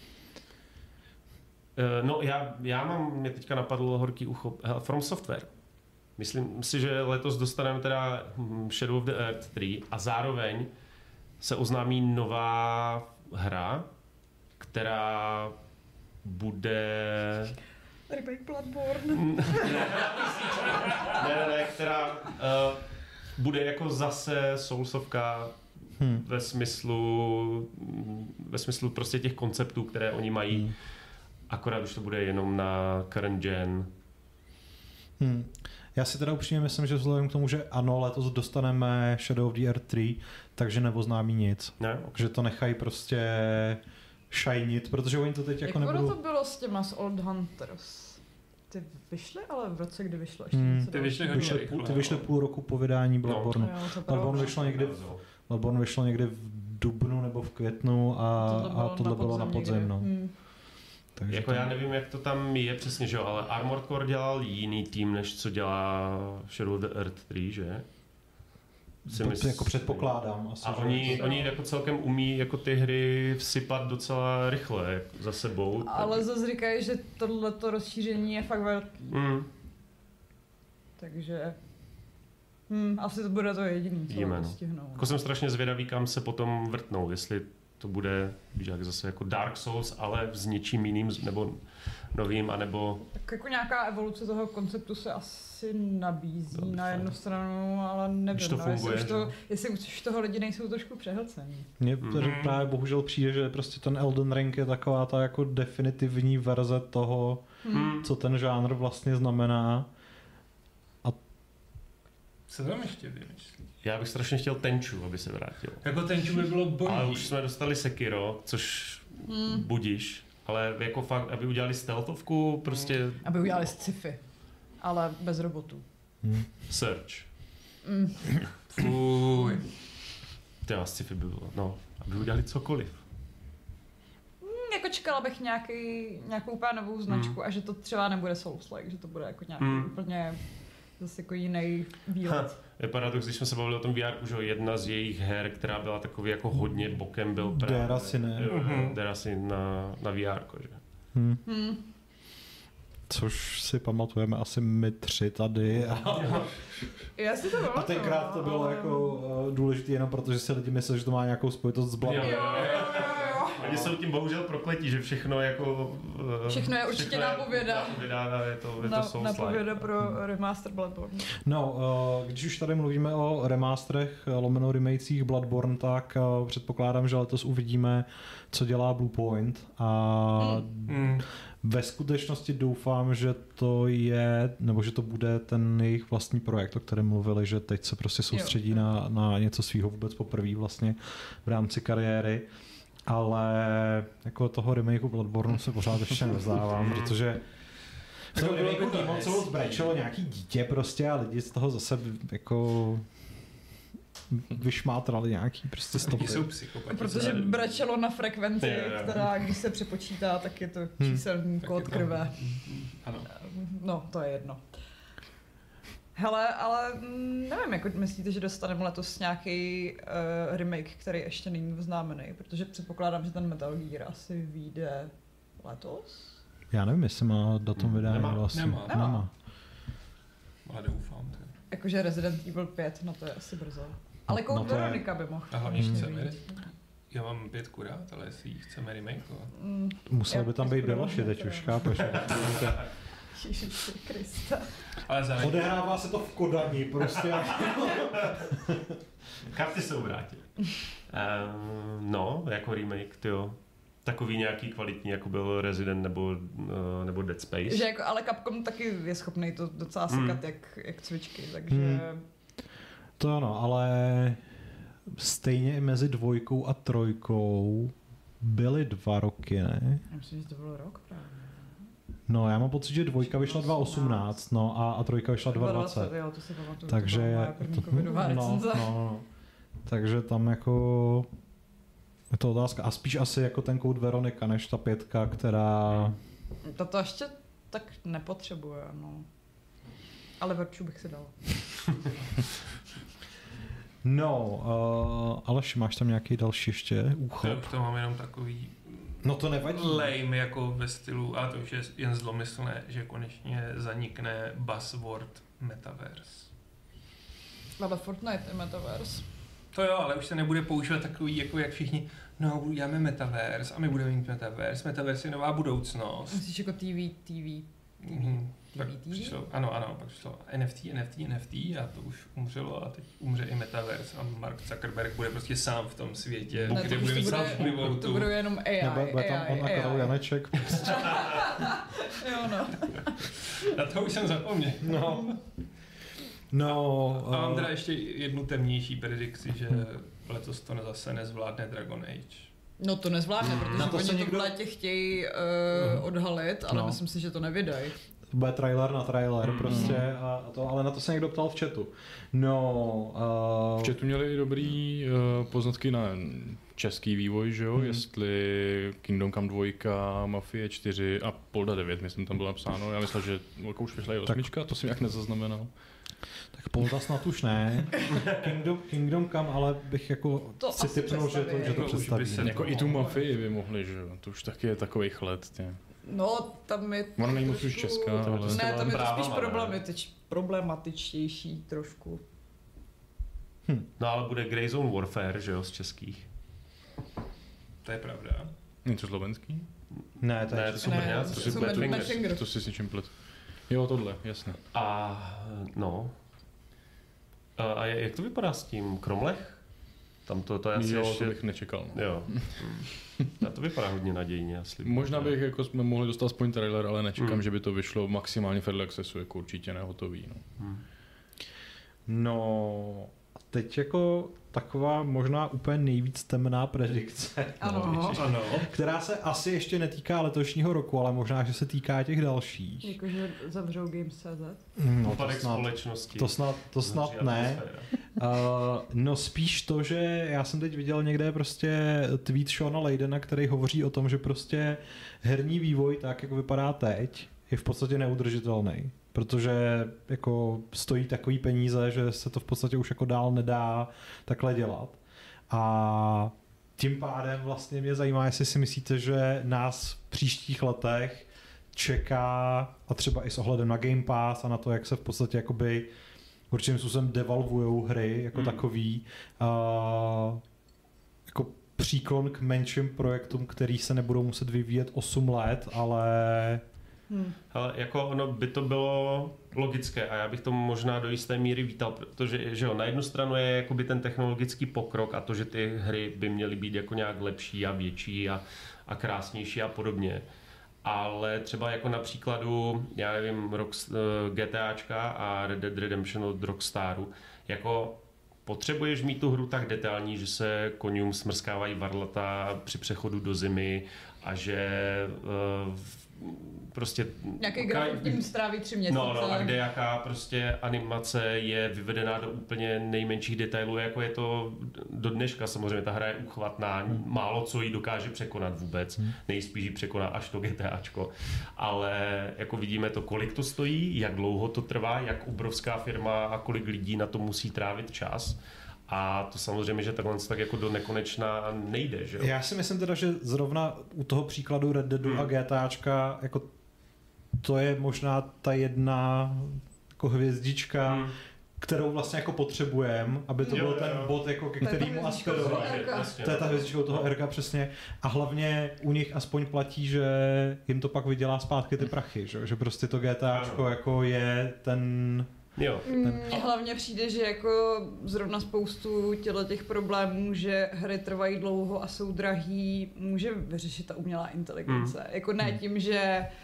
Uh, no já, já mám, mě teďka napadlo horký ucho, hele, From Software. Myslím si, že letos dostaneme teda hm, Shadow of the Earth tři a zároveň se oznámí nová hra, která bude... Remake Bloodborne. ne, ne, ne, která uh, bude jako zase Soulsovka Hmm. ve smyslu ve smyslu prostě těch konceptů, které oni mají. Hmm. Akorát už to bude jenom na current gen. Hmm. Já si teda upřímně myslím, že vzhledem k tomu, že ano, letos dostaneme Shadow of the Earth tři, takže neoznámí nic. Ne? Že to nechají prostě shinit, protože oni to teď Jak jako ono nebudou... to bylo s těma z Old Hunters? Ty vyšly, ale v roce, kdy vyšlo ještě Hmm. něco Ty vyšly hodně Vyšly, rychle, půl, ty vyšly no. půl roku po vydání Bloodborne. Jo, to Bloodborne bylo. vyšlo někdy v, Bloodborne vyšlo někdy v dubnu nebo v květnu a tohle, a tohle bylo na podzim. No. Hmm. Takže Jako to- já nevím, jak to tam je přesně, že jo, ale Armored Core dělal jiný tým, než co dělá Shadow of the Earth tři, že? Si to mysl- jako předpokládám. Asi, A že- oni, oni jako celkem umí jako ty hry vsypat docela rychle jako za sebou. Ale zase říkají, že tohleto rozšíření je fakt velký. Mm, Takže hmm, asi to bude to jediný, co Vidíme, no. stihnou. jako jsem strašně zvědavý, kam se potom vrtnou, jestli to bude, víš, jak zase jako Dark Souls, ale s něčím jiným, nebo novým, anebo... Tak jako nějaká evoluce toho konceptu se asi nabízí To by na fajn. jednu stranu, ale nevím, Když to no, jestli, funguje, už to, že? jestli už toho lidi nejsou trošku přehlcení. Mně Mhm. mm-hmm. právě bohužel přijde, že prostě ten Elden Ring je taková ta jako definitivní verze toho, Hmm. co ten žánr vlastně znamená. Co tam ještě vymyslí? Já bych strašně chtěl Tenchu, aby se vrátil. Jako Tenchu by bylo bojí. Ale už jsme dostali Sekiro, což Hmm. budíš. Ale jako fakt, aby udělali stealthovku, prostě Aby udělali sci-fi, ale bez robotů. Hmm. search. Mm. Fuj. Tyjo, sci-fi by bylo, no. Aby udělali cokoliv. Jako čekala bych nějaký, nějakou úplně novou značku Hmm. a že to třeba nebude Souls-like, že to bude jako nějaký Hmm. úplně zase jako jiný výlet. Je paradox, když jsme se bavili o tom V R, že jedna z jejich her, která byla takový jako hodně bokem, byl právě... Derasine. Jo, jo, Mhm. Derasine na, na V R, že? Hmm. Hmm. Což si pamatujeme asi my tři tady. A, Já si to pamatuju, a tenkrát to bylo ale- jako uh, důležité jenom proto, že si lidi mysleli, že to má nějakou spojitost s Jo, Bloodborne. Jo, jo, jo, jo. Oni jsou tím bohužel prokletí, že všechno jako... eh, Všechno je určitě nápověda. Nápověda, a je to, je to Na, Souls-like. napověda pro remaster Bloodborne. No, uh, když už tady mluvíme o remasterech, uh, lomeno remakesích Bloodborne, tak uh, předpokládám, že letos uvidíme, co dělá Bluepoint. A Hmm. ve skutečnosti doufám, že to je, nebo že to bude ten jejich vlastní projekt, o kterém mluvili, že teď se prostě soustředí Jo. na, na něco svýho vůbec poprvé vlastně v rámci kariéry. Ale jako toho remakeu Bloodborne se pořád ještě nevzdávám, protože v tom Jako bylo by remakeu to Demon hezký. Souls brečelo nějaký dítě prostě a lidi z toho zase jako vyšmátrali nějaký prostě stopy. Lidi jsou psychopati. Protože brečelo na frekvenci, Jo, jo. která když se přepočítá, tak je to Hmm. číselný Tak kód je to- krve. Ano. No, to je jedno. Hele, ale mm, nevím, jako myslíte, že dostaneme letos nějaký uh, remake, který ještě není oznámený, protože předpokládám, že ten Metal Gear asi vyjde letos? Já nevím, jestli má datum vydání Nemá, vlastně. nemá. Nemá. Ale doufám. To. Jakože Resident Evil pět, no to je asi brzo. Ale No, Code no to je- Veronica by mohl A hlavně ještě chceme. vyjít. Já mám pětku rád, ale jestli ji chceme remakeovat. Mm, Musel Já by tam bych být Beloši budu- teď už, chápeš? Ježiši Krista. Ale zároveň Odehrává se to v Kodani prostě. Karty se obrátily. Um, no, jako remake, tyjo. Takový nějaký kvalitní, jako byl Resident nebo, uh, nebo Dead Space. Že jako, ale Capcom taky je schopný to docela Hmm. sekat jak, jak cvičky, takže... Hmm. To ano, ale stejně i mezi dvojkou a trojkou byly dva roky, ne? Já myslím, že to bylo rok právě. No, já mám pocit, že dvojka vyšla dva tisíce osmnáct, no a, a trojka vyšla dva tisíce dvacet. Jo, to si pamatuju. Takže, to byla moje první covidová no, recenze. no, no. Takže tam jako je to otázka. A spíš asi jako ten Code Veronica, než ta pětka, která... To to ještě tak nepotřebuje, no. Ale Verču bych si dala. No, uh, Aleš, máš tam nějaký další ještě To, úchop? to mám jenom takový No to nevadí. lame jako ve stylu, a to už je jen zlomyslné, že konečně zanikne buzzword metaverse. Ale Fortnite je metaverse. To jo, ale už se nebude používat takový, jako jak všichni, no, uděláme metaverse a my budeme mít metaverse. Metaverse je nová budoucnost. Myslíš jako T V, T V, Mhm. Pak T V? přišlo, ano, ano, pak přišlo N F T, N F T, N F T a to už umřelo a teď umře i metaverse a Mark Zuckerberg bude prostě sám v tom světě, Ne, kde to, bude už mít to, sám bude, vlivu. to bude jenom A I, Nebo bude tam A I, on a Karol A I. Janeček. Jo, no. Na to už jsem zapomněl. No. No. A mám uh, teda ještě jednu temnější predikci, že letos to zase nezvládne Dragon Age. No to nezvládne, Na protože to oni se to někdo- v létě chtějí uh, odhalit, ale No. myslím si, že to nevydají. bude trailer na trailer Mm. prostě a to, ale na to se někdo ptal v chatu. No. Uh, V chatu měli i dobrý uh, poznatky na český vývoj, že jo, Hmm. jestli Kingdom Come dva, Mafie čtyři a Polda devět, myslím, tam bylo napsáno. Já myslel, že velkou už vyšla i osmička, to jsem jak nezaznamenal. tak Polda snad už ne. Kingdom, Kingdom Come, ale bych jako To si asi typnul, že to, představí. že to Jako už by představí. se- Jako i tu Mafii by mohli, že jo, to už taky je takových let. Tě. No, tam je Ona není moc trošku- už česká, ale... to Ne, tam je to právama, spíš ne? problematič, problematičtější trošku. No ale bude Greyzone Warfare, že jo, z českých. To je pravda. Něco slovenský? Ne, to je Ne, ne, to jsou Ne, brňáci, to to jsou jsou Mad- Mad Mad Fingers. Fingers. To si s něčím plet. Jo, tohle, jasně. A no. A, a jak to vypadá s tím Kromlech? Tam to, to je asi Jo, ještě... to bych nečekal. No. Jo. A to vypadá hodně nadějně. Asi. Možná bych jako jsme mohli dostat aspoň trailer, ale nečekám, Hmm. že by to vyšlo maximálně v early accessu, jako určitě nehotový. No. Hmm. No, teď jako taková možná úplně nejvíc temná predikce, Ano. Ano. která se asi ještě netýká letošního roku, ale možná, že se týká těch dalších. Jakože zavřou Games tečka cé zet. No, to Úpadek snad, společnosti. to snad, to snad Zavří ne. atmosféra. Uh, no spíš to, že já jsem teď viděl někde prostě tweet Shona Laydena, který hovoří o tom, že prostě herní vývoj tak, jak vypadá teď, je v podstatě neudržitelný. Protože jako stojí takový peníze, že se to v podstatě už jako dál nedá takhle dělat. A tím pádem vlastně mě zajímá, jestli si myslíte, že nás v příštích letech čeká, a třeba i s ohledem na Game Pass a na to, jak se v podstatě jakoby určitým způsobem devalvujou hry jako Hmm. takový, uh, jako příklon k menším projektům, který se nebudou muset vyvíjet osm let, ale Hm. Ale jako ono by to bylo logické a já bych to možná do jisté míry vítal, protože že jo, na jednu stranu je jakoby ten technologický pokrok a to, že ty hry by měly být jako nějak lepší a větší a, a krásnější a podobně. Ale třeba jako na příkladu, já nevím, Rock, GTAčka a Red Dead Redemption od Rockstaru, jako potřebuješ mít tu hru tak detailní, že se koňům smrskávají varlata při přechodu do zimy a že uh, prostě... Nějaký grafik tím stráví tři měsíce. No, no, a kde jaká prostě animace je vyvedená do úplně nejmenších detailů, jako je to do dneška. Samozřejmě ta hra je uchvatná, hmm. málo co jí dokáže překonat vůbec. Hmm. Nejspíš jí překoná až to GTAčko. Ale jako vidíme to, kolik to stojí, jak dlouho to trvá, jak obrovská firma a kolik lidí na to musí trávit čas. A to samozřejmě, že takhle tak jako do nekonečna nejde, že jo? já si myslím teda, že zrovna u toho příkladu Red Deadu Hmm. a GTAčka jako to je možná ta jedna jako hvězdička, Hmm. kterou vlastně jako potřebujeme, aby to Jo, byl jo, ten jo. bod, jako, ke To je ta kterému hvězdička aspirovat. toho Erka. Jasně, To je ta no. hvězdička toho Erka přesně. A hlavně u nich aspoň platí, že jim to pak vydělá zpátky ty prachy, že, že prostě to GTAčko Ano. jako je ten... Jo. Mně hlavně přijde, že jako zrovna spoustu těle těch problémů, že hry trvají dlouho a jsou drahý, může vyřešit ta umělá inteligence. Hmm. Jako ne tím, že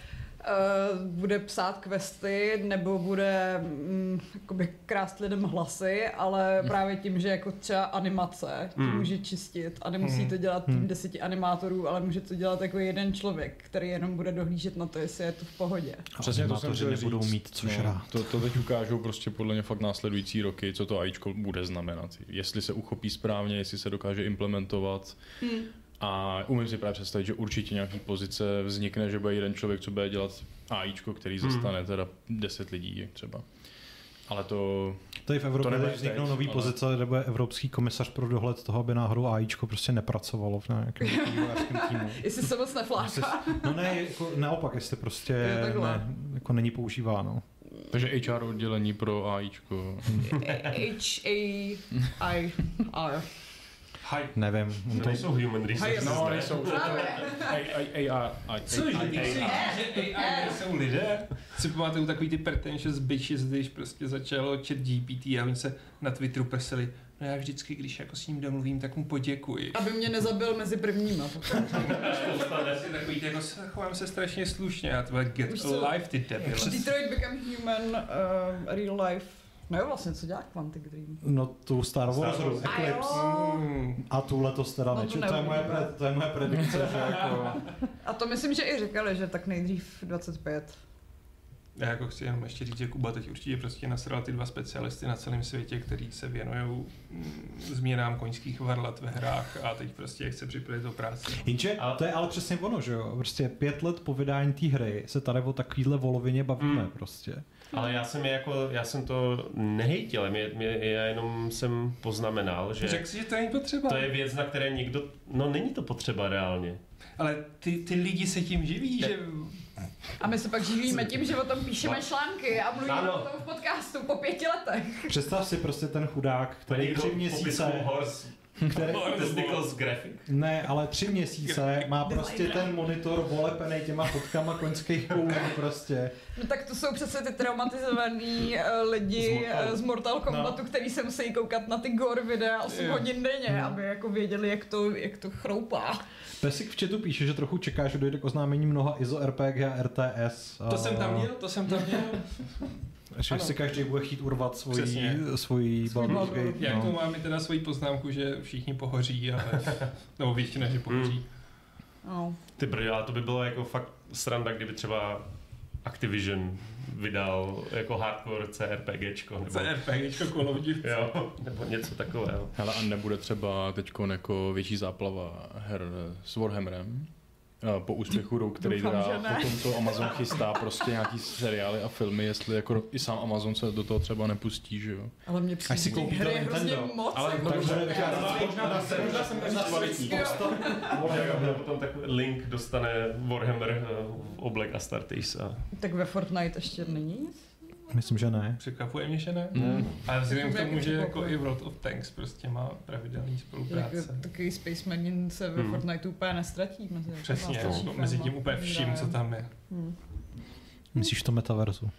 uh, bude psát questy, nebo bude mm, jakoby krást lidem hlasy, ale právě tím, že jako třeba animace tím Hmm. může čistit a nemusí to dělat tým deseti animátorů, ale může to dělat jako jeden člověk, který jenom bude dohlížet na to, jestli je to v pohodě. Přesně to jsem Animátoři chtěl nebudou říct. mít co No, žrát. to, to teď ukážou prostě podle mě fakt následující roky, co to AIčko bude znamenat. Jestli se uchopí správně, jestli se dokáže implementovat. Hmm. A umím si právě představit, že určitě nějaký pozice vznikne, že bude jeden člověk, co bude dělat AIčko, který Hmm. zastane teda deset lidí třeba. Ale to... Tady v To Evropě nebude vzniknou teď, nový ale- pozice, kde bude evropský komisař pro dohled toho, aby náhodou AIčko prostě nepracovalo v nějakém vývojářském týmu. Jestli se moc Jestli- nefláká. No ne, jako naopak, jestli prostě Jo, takhle. ne, jako není používáno. Takže H R oddělení pro AIčko. H A I R. Hi. Nevím. on To to- nejsou human resources. No, ne? nejsou. Právě. A R. Cože, ty si že A I jsou lidé? Si pamatuju takový ty pretentious bitches, když prostě začalo chat G P T a oni se na Twitteru prseli, no já vždycky, když jako s ním domluvím, tak mu poděkuji. Aby mě nezabil mezi prvníma. Prostě takový, jako se- chovám se strašně slušně a to bude get Už co- alive, ty debile. Detroit Become Human, uh, Real Life. No jo, vlastně, co dělá Quantic Dream? No tu Star Wars Star hru, Wars. Eclipse. Mm. A tu letos teda No, to neču, to, je moje, neuvidíme. pre, to je moje predikce, že jako... A to myslím, že i říkali, že tak nejdřív dvacet pět. Já jako chci jenom ještě říct, že Kuba teď určitě prostě nasral ty dva specialisty na celém světě, kteří se věnují změnám koňských varlat ve hrách a teď prostě chce připravit o práci. Jenže A- to je ale přesně ono, že jo? Prostě pět let po vydání té hry se tady o takovýhle volovině bavíme Mm. prostě. Ale já jsem je jako, já jsem to nehejtil, mě, mě, já jenom jsem poznamenal, že Řekl si, že to není potřeba. to je věc, na které nikdo, no není to potřeba reálně. Ale ty, ty lidi se tím živí, že... A my se pak živíme tím, že o tom píšeme články a mluvíme Ano. o tom v podcastu po pěti letech. Představ si prostě ten chudák, který tři měsíce... Horse, Který, Testicles Graphic. ne, ale tři měsíce má prostě ten monitor volepený těma fotkama koňských koulí prostě. No tak to jsou přece ty traumatizovaný uh, lidi Z Mortal- z Mortal Kombatu, No. který se musí koukat na ty gore videa osm Jo. hodin denně, No. aby jako věděli, jak to, jak to chroupá. Pesik v chatu píše, že trochu čeká, že dojde k oznámení mnoha I S O R P G a R T S. To jsem tam měl, to jsem tam měl. Že Ano. si každý bude chtít urvat svoji, Přesně. svoji Svůj Baldur's Baldur. Gate. Jak no. to máme teda svoji poznámku, že všichni pohoří, ale... nebo většina, že pohoří. No. Ty brďo, ale to by bylo jako fakt sranda, kdyby třeba Activision vydal jako hardcore CRPGčko, nebo, CRPGčko Call of Duty. jo, nebo něco takového. Hele, a nebude třeba teď jako větší záplava her s Warhammerem? A po úspěchu Rogue, který Doufám, teda že ne. potom to Amazon chystá prostě nějaký seriály a filmy, jestli jako i sám Amazon se do toho třeba nepustí, že jo? Ale mě Až přijde, si že koupí to hry je hrozně Nintendo. moc. Ale jako, Takže že- vychází- Možná jsem, možná jsem kvalitní. A potom takový link dostane Warhammer eh, Oblek Astartes a Tak ve Fortnite ještě není nic? Myslím, že ne. Překvapuje mě, že ne? Mm. Ale vzhledem k Jak tomu, že jako překvapuje? i World of Tanks prostě má pravidelný Jak, spolupráce. takový Space Marine se ve Hmm. Fortnite úplně nestratí. Mezi Přesně, starší jako mezi firma. tím úplně vším, co tam je. Hmm. Myslíš to metaverzu?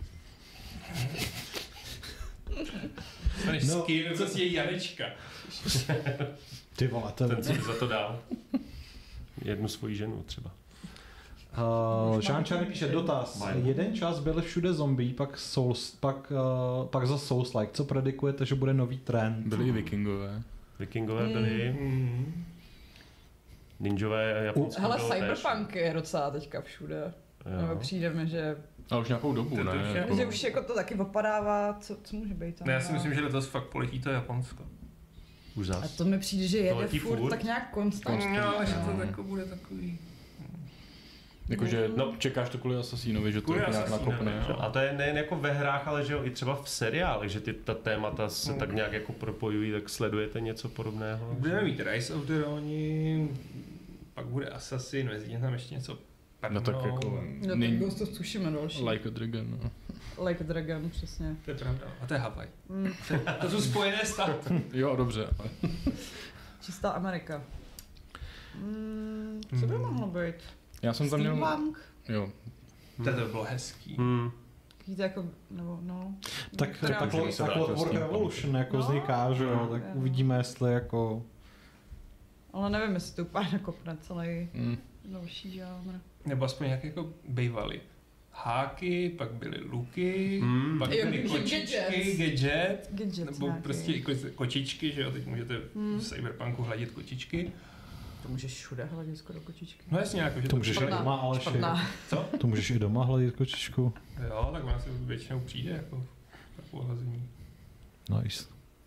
Staneš No. no. skin, co si je Janečka. Ty vole, to je... ten, co by za to dál. Jednu svoji ženu třeba. Uh, Jean Chan píše dotaz. Mají. Jeden čas byly všude zombie, pak Souls, pak, uh, pak za Souls-like. Co predikujete, že bude nový trend? Byli i vikingové. Vikingové byli, Mm. ninjové a Japonsko Hele, bylo též. Cyberpunk je docela teďka všude. Nebo Jo. přijde mi, že, Ale už nějakou dobu, To- to ne? už je- Jako- že už jako to taky opadává. Co, co může být tam? Ne, já si myslím, že letos fakt poletí to Japonsko. Už A zas. to mi přijde, že jede letí furt, furt. tak nějak konstantně. No, ale že to No. jako bude takový... Jakože No. čekáš to kvůli Assassinovi, že to Kvůli jako nějak Assassinovi, nakopne. no. A to je nejen jako ve hrách, ale že jo, i třeba v seriálech, že ty ta témata se Mm. tak nějak jako propojují, tak sledujete něco podobného? Budeme mít Rise of the Ronin, pak bude Assassin, mezi tím tam ještě něco No tak jako... No, tak není- Ghost of Tsushima další. Like, Like a Dragon, no. like a Dragon, přesně. To je pravda. A to je Havaj. Mm, To jsou spojené státy. Jo, dobře. ale- čistá Amerika. Mm, co by Mm. mohlo být? Já jsem tam měl... Steampunk? Jo. To by bylo hezký. Hmm. Takový to jako, nebo no. Tak Některá tak může být tak jako War steampunk. Revolution jako No. vzniká, že jo? Mm. Tak Jo. uvidíme, jestli jako... Ale nevím, jestli to úplně nakopne celý Mm. další žánr. Nebo aspoň jak jako bývali. háky, pak byly luky, Mm. pak Jo, byly že kočičky, gadgets. gadget, Gadgets nebo nějaký. prostě i ko- kočičky, že jo, teď můžete v Cyberpunku hladit kočičky. To můžeš všude hladit skoro kočičky. No jasně, jako, že To můžeš i špatná. doma, ale Špatná. Co? To můžeš i doma hladit kočičku. Jo, tak ona si většinou přijde jako tak po hlazení. Nice.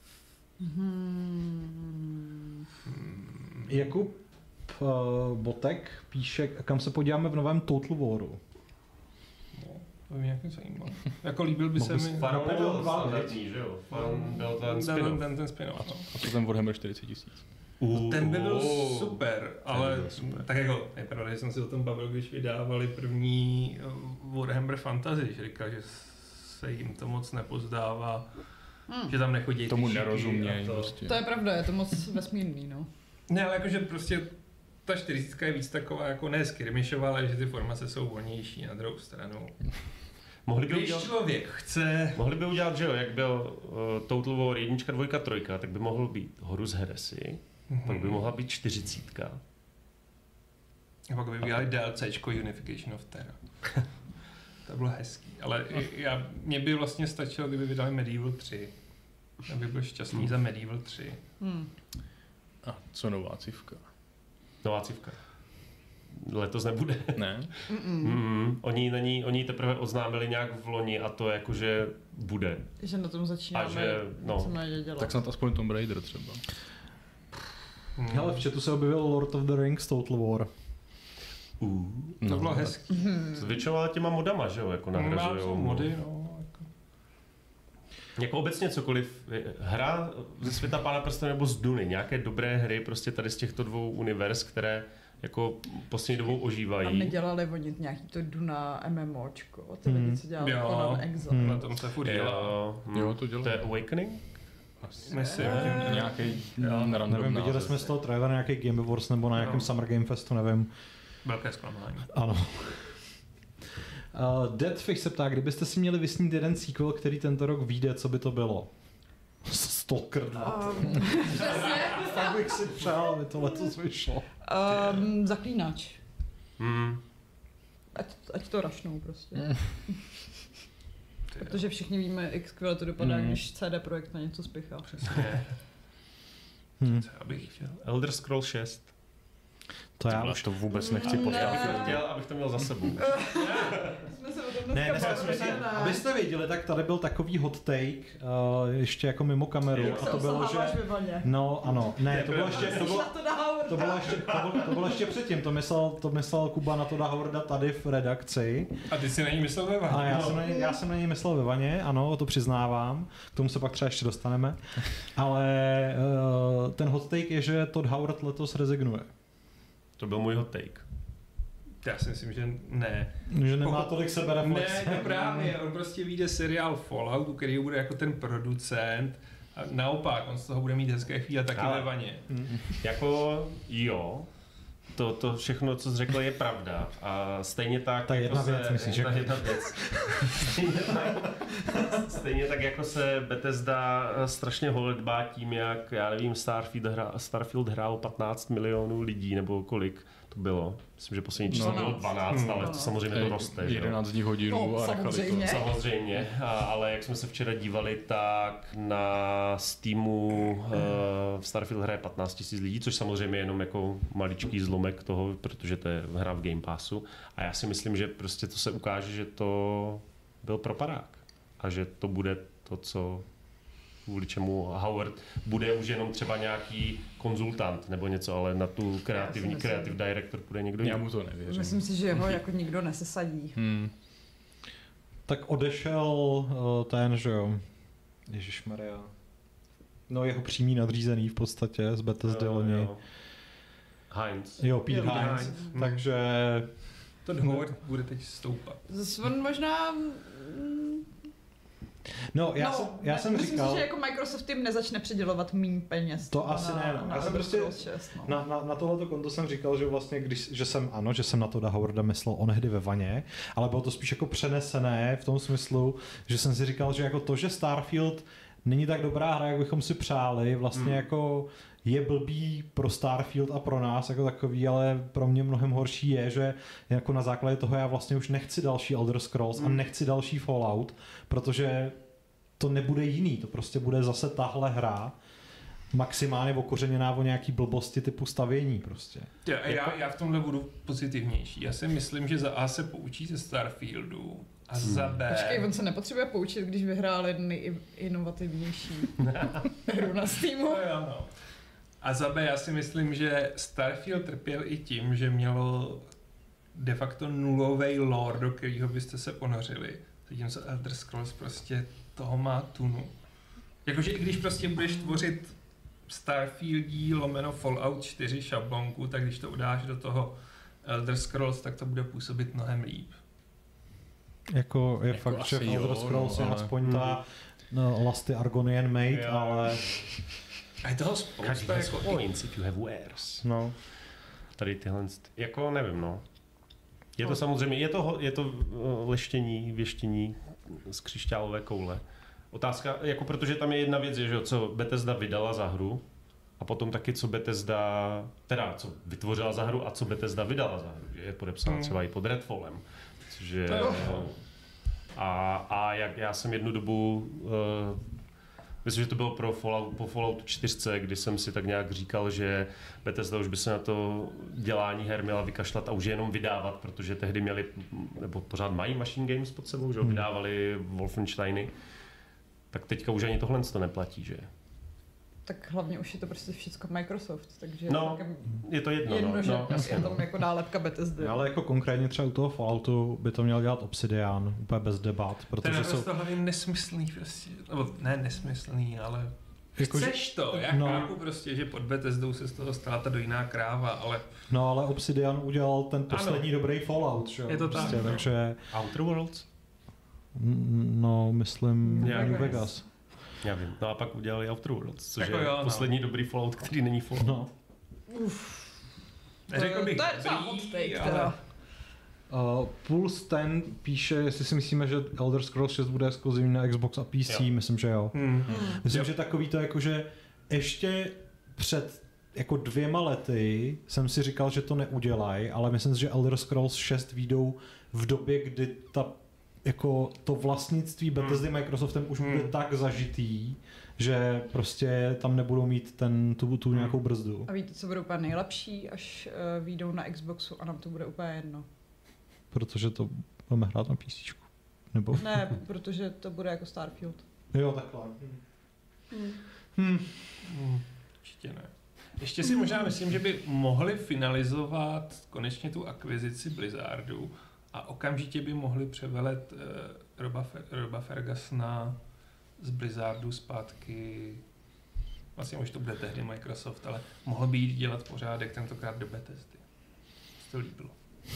Hmm. Jakub uh, Botek píše, kam se podíváme v novém Total Waru. No, to mě nějakým zajímalo. Jako líbil by se Mohl mi... bys- Faraon Napadl nebyl dva, standardní, že jo? Faraon byl ten ten, spin-off. ten, ten spin-off. no. A co ten Warhammer čtyřicet tisíc? Uh, Ten by byl uh. super, ale byl super. tak jako, je pravda, že jsem si o tom bavil, když vydávali první uh, Warhammer Fantasy, že říkal, že se jim to moc nepozdává, Hmm. že tam nechodí Tomu ty šiky nerozumějí a to. prostě. To je pravda, je to moc vesmírný, no. Ne, ale jakože prostě ta čtyřicítka je víc taková jako ne skirmishová, ale že ty formace jsou volnější na druhou stranu. Mohli by Když udělat, člověk chce... mohli by udělat, že jo, jak byl uh, Total War jednička, dvojka, trojka, tak by mohl být Horus Heresy, pak by mohla být čtyřicítka. A pak by udělali DLCčko Unification of Terra. To bylo hezký, ale já, mě by vlastně stačilo, kdyby vydali Medieval tři. Já bych byl šťastný za Medieval tři. Hmm. A co nová cívka? Nová cívka. Letos nebude. Ne? Mm, oni, na ní, oni teprve oznámili nějak v loni a to jakože bude. Že na tom začínáme, A že, no. co mají dělat. Tak snad aspoň Tomb Raider třeba. Hmm. Hele, v chatu se objevil Lord of the Rings Total War. Uh, to No, bylo hezký. většinou ale těma modama, že jo, jako Má nahrazujou. mody, no. Jako. Jako obecně cokoliv, hra ze světa Pána prstenů nebo z Duny, nějaké dobré hry prostě tady z těchto dvou univerz, které jako poslední dobou A ožívají. nedělali oni nějaký to Duna MMOčko, ty Hmm. lidi, co dělali Jo. Conan Exile. Hmm. Na tom se furt dělá. Jo, hm. Jo, to dělá. To je Awakening? Myslím, Eh. že Nějaký Jo. random Nevím, viděli název. jsme z toho trailer na nějaký Game Awards nebo na nějakém No. Summer Game Festu, nevím. velké zklamání. Ano. Uh, Deadfish se ptá, kdybyste si měli vysnít jeden sequel, který tento rok vyjde, co by to bylo? Stalker dva. Um, Tak bych si přál, aby to letos vyšlo. um, zaklínač. Hmm. Ať, ať to rašnou prostě. Protože všichni víme, jak skvěle to dopadá, Mm. když C D Projekt na něco spěchá. Přesně. Hm. Co já bych chtěl? Elder Scrolls šest. To já Já už... už to vůbec nechci Ne. pořád. Já bych to chtěl, abych to měl za sebou. Jsme se o tom Ne, dneska dneska jsme bavili, si, ne. abyste věděli, tak tady byl takový hot take, uh, ještě jako mimo kameru. Jo. A to bylo, že... Osaháváš ve vaně. No, ano. Ne, to bylo ještě... To bylo, Na to dá Howard. to bylo ještě, to bylo, to bylo ještě předtím, to myslel, to myslel Kuba na to da Howarda tady v redakci. A ty si na ní myslel ve A já no. jsem, na něj, já jsem na něj myslel ve vaně, ano, to přiznávám. K tomu se pak třeba ještě dostaneme. Ale uh, ten hot take je, že Todd Howard letos rezignuje. To byl můj hot take. Já si myslím, že ne. Že nemá Pokud- tolik sebereflexe. Ne, no právě, on prostě vyjde seriál Fallout, u který bude jako ten producent. A naopak, on z toho bude mít hezké chvíle taky Ale- ve vaně. Jako jo, to, to všechno, co jsi řekl, je pravda. A stejně tak... Ta jedna jako věc, se, myslíš, ta že- jedna věc. Stejně tak, stejně tak, jako se Bethesda strašně holedbá tím, jak, já nevím, Starfield, hra, Starfield hrál patnáct milionů lidí, nebo kolik to bylo. Myslím, že poslední číslo No. bylo dvanáct, ale to No. samozřejmě to roste. že jo. jedenáct dní hodinu No, a nechali samozřejmě. to. Samozřejmě, a, ale jak jsme se včera dívali, tak na Steamu uh, v Starfield hraje patnáct tisíc lidí, což samozřejmě je jenom jako maličký zlomek toho, protože to je hra v Game Passu. A já si myslím, že prostě to se ukáže, že to byl propadák. A že to bude to, co kvůli čemu Howard bude už jenom třeba nějaký konzultant nebo něco, ale na tu kreativní myslím- creative director bude někdo Já jiný. mu to nevěřím. Myslím si, že ho jako nikdo nesesadí. Hmm. Tak odešel uh, ten, že jo, Ježišmarja. No jeho přímý nadřízený v podstatě z Bethesdy Jo, loni. jo. Heinz. Jo, Pete Jo, Hines. Hines. Takže Todd Howard bude teď stoupat. Zase on možná... mm, no, já no, jsem, já ne- jsem myslím říkal, si, že jako Microsoft tím nezačne přidělovat míň peněz. To třeba asi na, ne, no. Na Já jsem Elder prostě- Scrolls šest, no. na, na, na tohleto konto jsem říkal, že vlastně, když, že jsem, ano, že jsem na to da Howarda myslel onehdy ve vaně, ale bylo to spíš jako přenesené v tom smyslu, že jsem si říkal, že jako to, že Starfield není tak dobrá hra, jak bychom si přáli. Vlastně mm. jako je blbý pro Starfield a pro nás jako takový, ale pro mě mnohem horší je, že jako na základě toho já vlastně už nechci další Elder Scrolls mm. a nechci další Fallout, protože to nebude jiný, to prostě bude zase tahle hra, maximálně okořeněná o nějaký blbosti typu stavění prostě. Já, já, já v tomhle budu pozitivnější. Já si myslím, že za A se poučí ze Starfieldu a hmm. za B... Počkej, on se nepotřebuje poučit, když vyhrál nejinovativnější hru na Steamu. No jo, no. A za B já si myslím, že Starfield trpěl i tím, že mělo de facto nulovej lore, do kterého byste se ponořili. Zatímco Elder Scrolls prostě toho má tunu. Jakože i když prostě budeš tvořit Starfieldí lomeno Fallout čtyři šablonku, tak když to udáš do toho Elder Scrolls, tak to bude působit mnohem líp. Jako je jako fakt, že jo, Elder Scrolls no, je ale... aspoň ta no, Lasty Argonian Made, jo. ale... A je toho spousta jako... points if you have wares. No. Tady tyhle, jako nevím, no. Je to samozřejmě, je to, je to leštění, věštění z křišťálové koule. Otázka, jako protože tam je jedna věc, je, že co Bethesda vydala za hru a potom taky, co Bethesda, teda co vytvořila za hru a co Bethesda vydala za hru, že je podepsána hmm. třeba i pod Redfallem. Cože, a, a jak já jsem jednu dobu, uh, myslím, že to bylo pro Fallout, po Falloutu čtyři, kdy jsem si tak nějak říkal, že Bethesda už by se na to dělání her měla vykašlat a už jenom vydávat, protože tehdy měli, nebo pořád mají Machine Games pod sebou, že hmm. vydávali Wolfensteiny. Tak teďka už ani tohle to neplatí, že? Tak hlavně už je to prostě všechno Microsoft, takže no, je to jedno, jedno no, že no, je tam jako nálepka Bethesdy. Ale jako konkrétně třeba u toho Falloutu by to měl dělat Obsidian, úplně bez debat, protože to je jsou... prostě hlavně nesmyslný prostě, nebo ne nesmyslný, ale jako, chceš to, já no, chápu prostě, že pod Bethesdou se z toho stala ta dojná kráva, ale... No ale Obsidian udělal ten poslední ano. dobrý Fallout, že jo? Je to prostě, tak, no. takže... Outer Worlds? No, myslím New New Vegas. Já vím. No a pak udělali Outer Worlds, což jako je jo, no. poslední dobrý Fallout, který není Fallout. No. Uf. Neřekl bych to je docela hot take, teda. Uh, Pulse ten píše, jestli si myslíme, že Elder Scrolls šest bude exkluzivní na Xbox a P C, jo. Myslím, že jo. Hmm. Myslím, jo. že takový to jako, že ještě před jako dvěma lety jsem si říkal, že to neudělají, ale myslím si, že Elder Scrolls šest vyjdou v době, kdy ta jako to vlastnictví Bethesdy hmm. Microsoftem už bude hmm. tak zažitý, že prostě tam nebudou mít ten, tu, tu nějakou brzdu. A víte, co bude úplně nejlepší, až uh, vyjdou na Xboxu a nám to bude úplně jedno. Protože to budeme hrát na PCčku. Nebo? Ne, protože to bude jako Starfield. Jo, takhle. Hmm. Hmm. Hmm. Určitě ne. Ještě si možná myslím, že by mohli finalizovat konečně tu akvizici Blizzardu a okamžitě by mohli převelet uh, Roba, Fer- Roba Fergusona z Blizzardu zpátky. Vlastně už to bude tehdy Microsoft, ale mohl by jít dělat pořádek tentokrát do Bethesdy. To líbilo.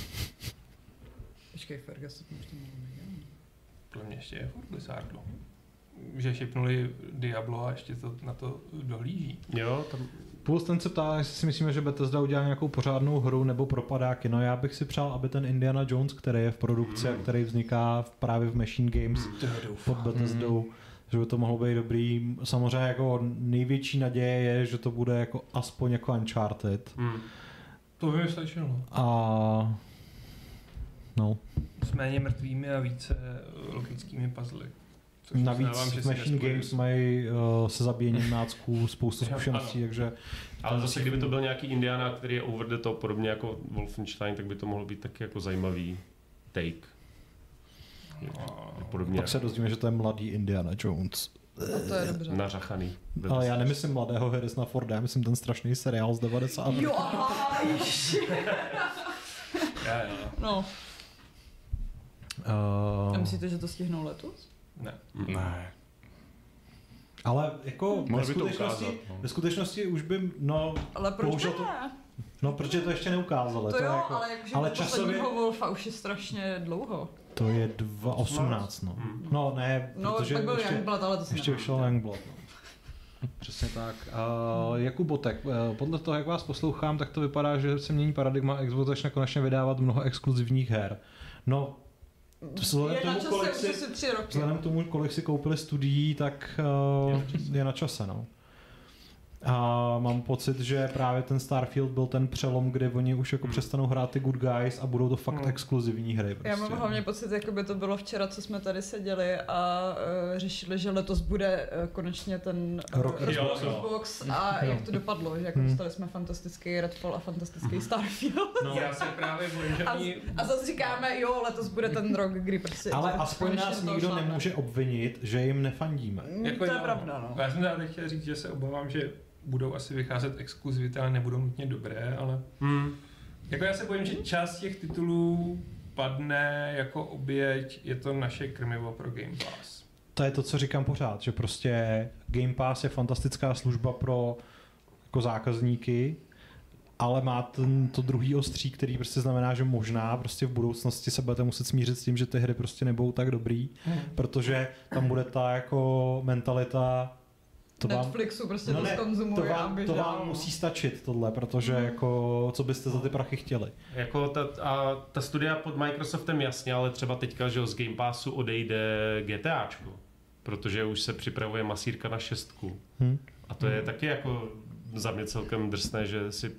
Počkej, Ferguson možná nedělá. Podle mě ještě je v Blizzardu. Že šipnuli Diablo a ještě to na to dohlíží. Jo, tam... Puls ten se ptá, jestli si myslíme, že Bethesda udělá nějakou pořádnou hru nebo propadáky. No já bych si přál, aby ten Indiana Jones, který je v produkci mm. a který vzniká v, právě v Machine Games mm. pod Bethesdou, mm. že by to mohlo být dobrý. Samozřejmě jako největší naděje je, že to bude jako aspoň jako Uncharted. Mm. To by mi slyšelo. A... No. S méně mrtvými a více logickými puzzly. Navíc v Machine Games mají uh, se zabíjením nácků spoustu zkušeností, takže... Ale zase, kdyby to byl nějaký Indiana, který je over the top, podobně jako Wolfenstein, tak by to mohlo být taky jako zajímavý take. No, podobně pak se dozvíme, že to je mladý Indiana Jones. No to je dobře. Nařachaný. Ale já nemyslím mladého Harrisona Forda, já myslím ten strašný seriál z devadesátých. Jo, no. Uh... A myslíte, že to stihnou letos? Ne. Ne. Ale jako ve skutečnosti, ukázat, no. ve skutečnosti už by, no... Ale proč ne? To, no, protože to ještě neukázali. To, to jo, jako, ale jakože ale časově... Wolfa už je strašně dlouho. To je dva osmnáct, no. Hmm. No ne, no, protože tak byl ještě, Youngblood, ale to se ještě vyšel Youngblood. No. Přesně tak. Uh, Jakub Botek, uh, podle toho, jak vás poslouchám, tak to vypadá, že se mění paradigma, Xbox začne konečně vydávat mnoho exkluzivních her. No, Vzhledem Je na tomu, čase kolik už si, asi tři roky. vzhledem tomu, kolik si koupili studií, tak uh, je na čase, no. A mám pocit, že právě ten Starfield byl ten přelom, kdy oni už jako hmm. přestanou hrát ty good guys a budou to fakt hmm. exkluzivní hry. Prostě. Já mám hlavně pocit, jako by to bylo včera, co jsme tady seděli a uh, řešili, že letos bude uh, konečně ten uh, Xbox a jak to dopadlo, že jako hmm. dostali jsme fantastický Redfall a fantastický Starfield. No. Já se právě bojím, že a, oni... a zase říkáme, jo, letos bude ten rok, kdy prostě... Ale aspoň nás nikdo šláme. Nemůže obvinit, že jim nefandíme. Jako to je jo, pravda, no. Já jsem tady chtěl říct, že se obávám, že budou asi vycházet exkluzivity, ale nebudou nutně dobré, ale hmm. jako já se bojím, že část těch titulů padne jako oběť, je to naše krmivo pro Game Pass. To je to, co říkám pořád, že prostě Game Pass je fantastická služba pro jako zákazníky, ale má ten, to druhý ostří, který prostě znamená, že možná prostě v budoucnosti se budete muset smířit s tím, že ty hry prostě nebudou tak dobrý, hmm. protože tam bude ta jako mentalita to Netflixu vám, prostě no to ne, zkonzumuje. To vám, to vám musí stačit tohle, protože mm. jako, co byste za ty prachy chtěli. Jako ta, a ta studia pod Microsoftem jasně, ale třeba teďka, že z Game Passu odejde GTAčko, protože už se připravuje masírka na šestku. Hmm. A to je hmm. taky jako za mě celkem drsné, že si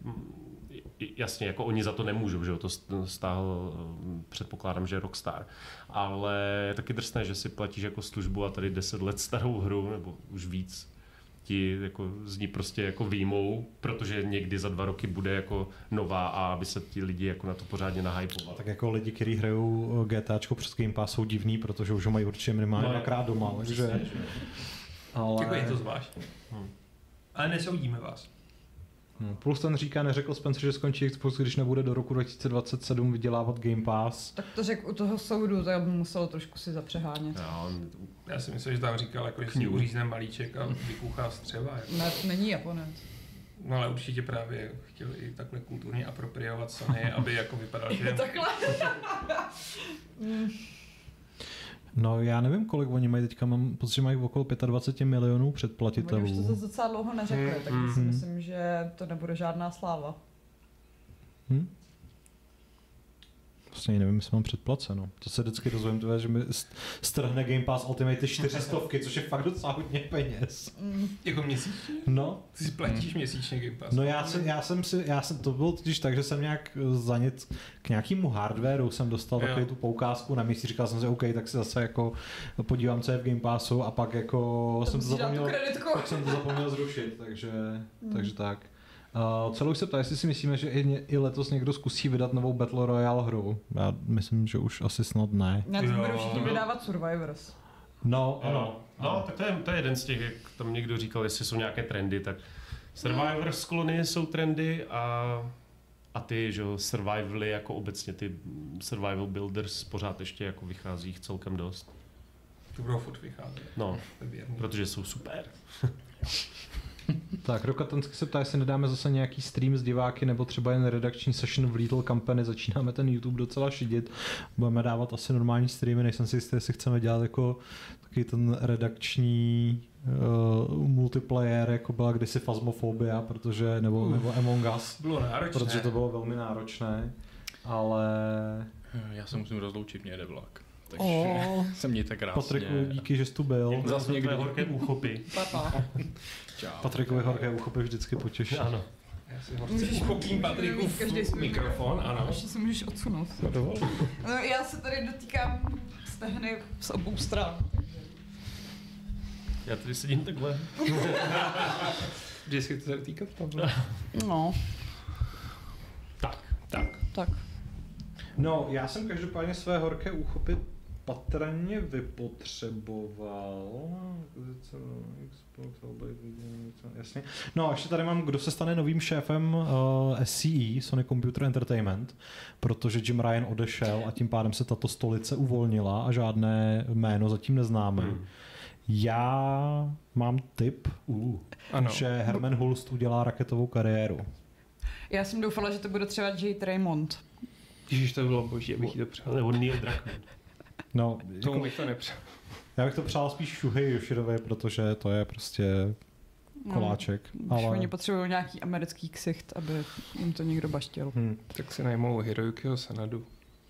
jasně, jako oni za to nemůžou, že to stáhl, předpokládám, že Rockstar, ale je taky drsné, že si platíš jako službu a tady deset let starou hru, nebo už víc, ti jako z ní prostě jako výjmou, protože někdy za dva roky bude jako nová a aby se ti lidi jako na to pořádně nahypovali. Tak jako lidi, kteří hrajou GTAčko přes Game Pass, jsou divní, protože už ho mají určitě minimálně dvakrát no, doma, takže... Ale... Jako je to zvláštní. Hmm. Ale nesoudíme vás. Hmm. Plus ten říká, neřekl Spencer, že skončí Xbox, když nebude do roku dva tisíce dvacet sedm vydělávat Game Pass. Tak to řekl u toho soudu, to by muselo trošku si zapřehánět. No, já si myslím, že tam říkal, jako, že si uřízne malíček a vykuchá střeva. Jako. Ne, to není Japonec. No ale určitě právě chtěl i takhle kulturně apropriovat Sony, aby jako vypadal, že... Takhle. No já nevím, kolik oni mají teďka, mám pocit, že mají okolo dvacet pět milionů předplatitelů. Oni už to docela dlouho neřekli, hmm. tak hmm. si myslím, že to nebude žádná sláva. Hmm? Vlastně nevím, jestli mám předplaceno. To se vždycky dozvím, to je, že mi strhne Game Pass Ultimate čtyři stovky, což je fakt docela hodně peněz. Mm. Jako měsíčně? No. Ty si platíš mm. měsíčně Game Pass? No já jsem, já jsem si, já jsem, to bylo totiž tak, že jsem nějak za nic, k nějakému hardwareu jsem dostal takovou tu poukázku na měsíc, říkal jsem si, OK, tak si zase jako podívám, co je v Game Passu a pak jako to jsem to zapomněl, pak jsem to zapomněl zrušit, takže, mm. takže tak. Uh, celou se ptá, jestli si myslíme, že i, i letos někdo zkusí vydat novou Battle Royale hru. Já myslím, že už asi snad ne. Já to budou všichni vydávat Survivors. No, ano. No, no tak to je, to je jeden z těch, jak tam někdo říkal, jestli jsou nějaké trendy, tak Survivors kolony jsou trendy a, a ty, že survivaly jako obecně, ty survival builders pořád ještě jako vychází jich celkem dost. To budou furt vycházet. No, protože jsou super. Tak, Rokatansky se ptá, jestli nedáme zase nějaký stream s diváky nebo třeba jen redakční session v Little Company. Začínáme ten YouTube docela šidit. Budeme dávat asi normální streamy, nejsem si jistý, jestli chceme dělat jako takový ten redakční uh, multiplayer, jako byla kdysi Phasmophobia, protože, nebo, uh, nebo Among Us. Bylo náročné. Protože to bylo velmi náročné, ale... Já se musím rozloučit, mě jde vlak. Takže oh. se mějte krásně. Patriku, díky, že jsi tu byl. Zase někde horké úchopy. Papa. Čau. Patrikovi horké úchopy vždycky potěší. Ano. Já si hořce uchopím Patriku v mikrofon, ano. Ještě se můžeš odsunout. No, já se tady dotýkám stehny z obou stran. Já tady sedím takhle. Vždycky to se dotýkat, Pavle. No. Tak, tak. Tak. No, já jsem každopádně své horké úchopy patrně vypotřeboval. Jasně. No a ještě tady mám, kdo se stane novým šéfem uh, S C E, Sony Computer Entertainment, protože Jim Ryan odešel a tím pádem se tato stolice uvolnila a žádné jméno zatím neznáme. Hmm. Já mám tip, uh, že Herman Hulst udělá raketovou kariéru. Já jsem doufala, že to bude třeba Jade Raymond. Ježiš, to bylo boží, abych jí to přál. Nebo Neil Druckmann. No, tomu jako, bych to nepřál. Já bych to přál spíš Shuhei Yoshirovi, protože to je prostě koláček. No, ale... Oni potřebují nějaký americký ksicht, aby jim to někdo baštil. Hmm. Tak si najmou Hiroyukiho Sanadu.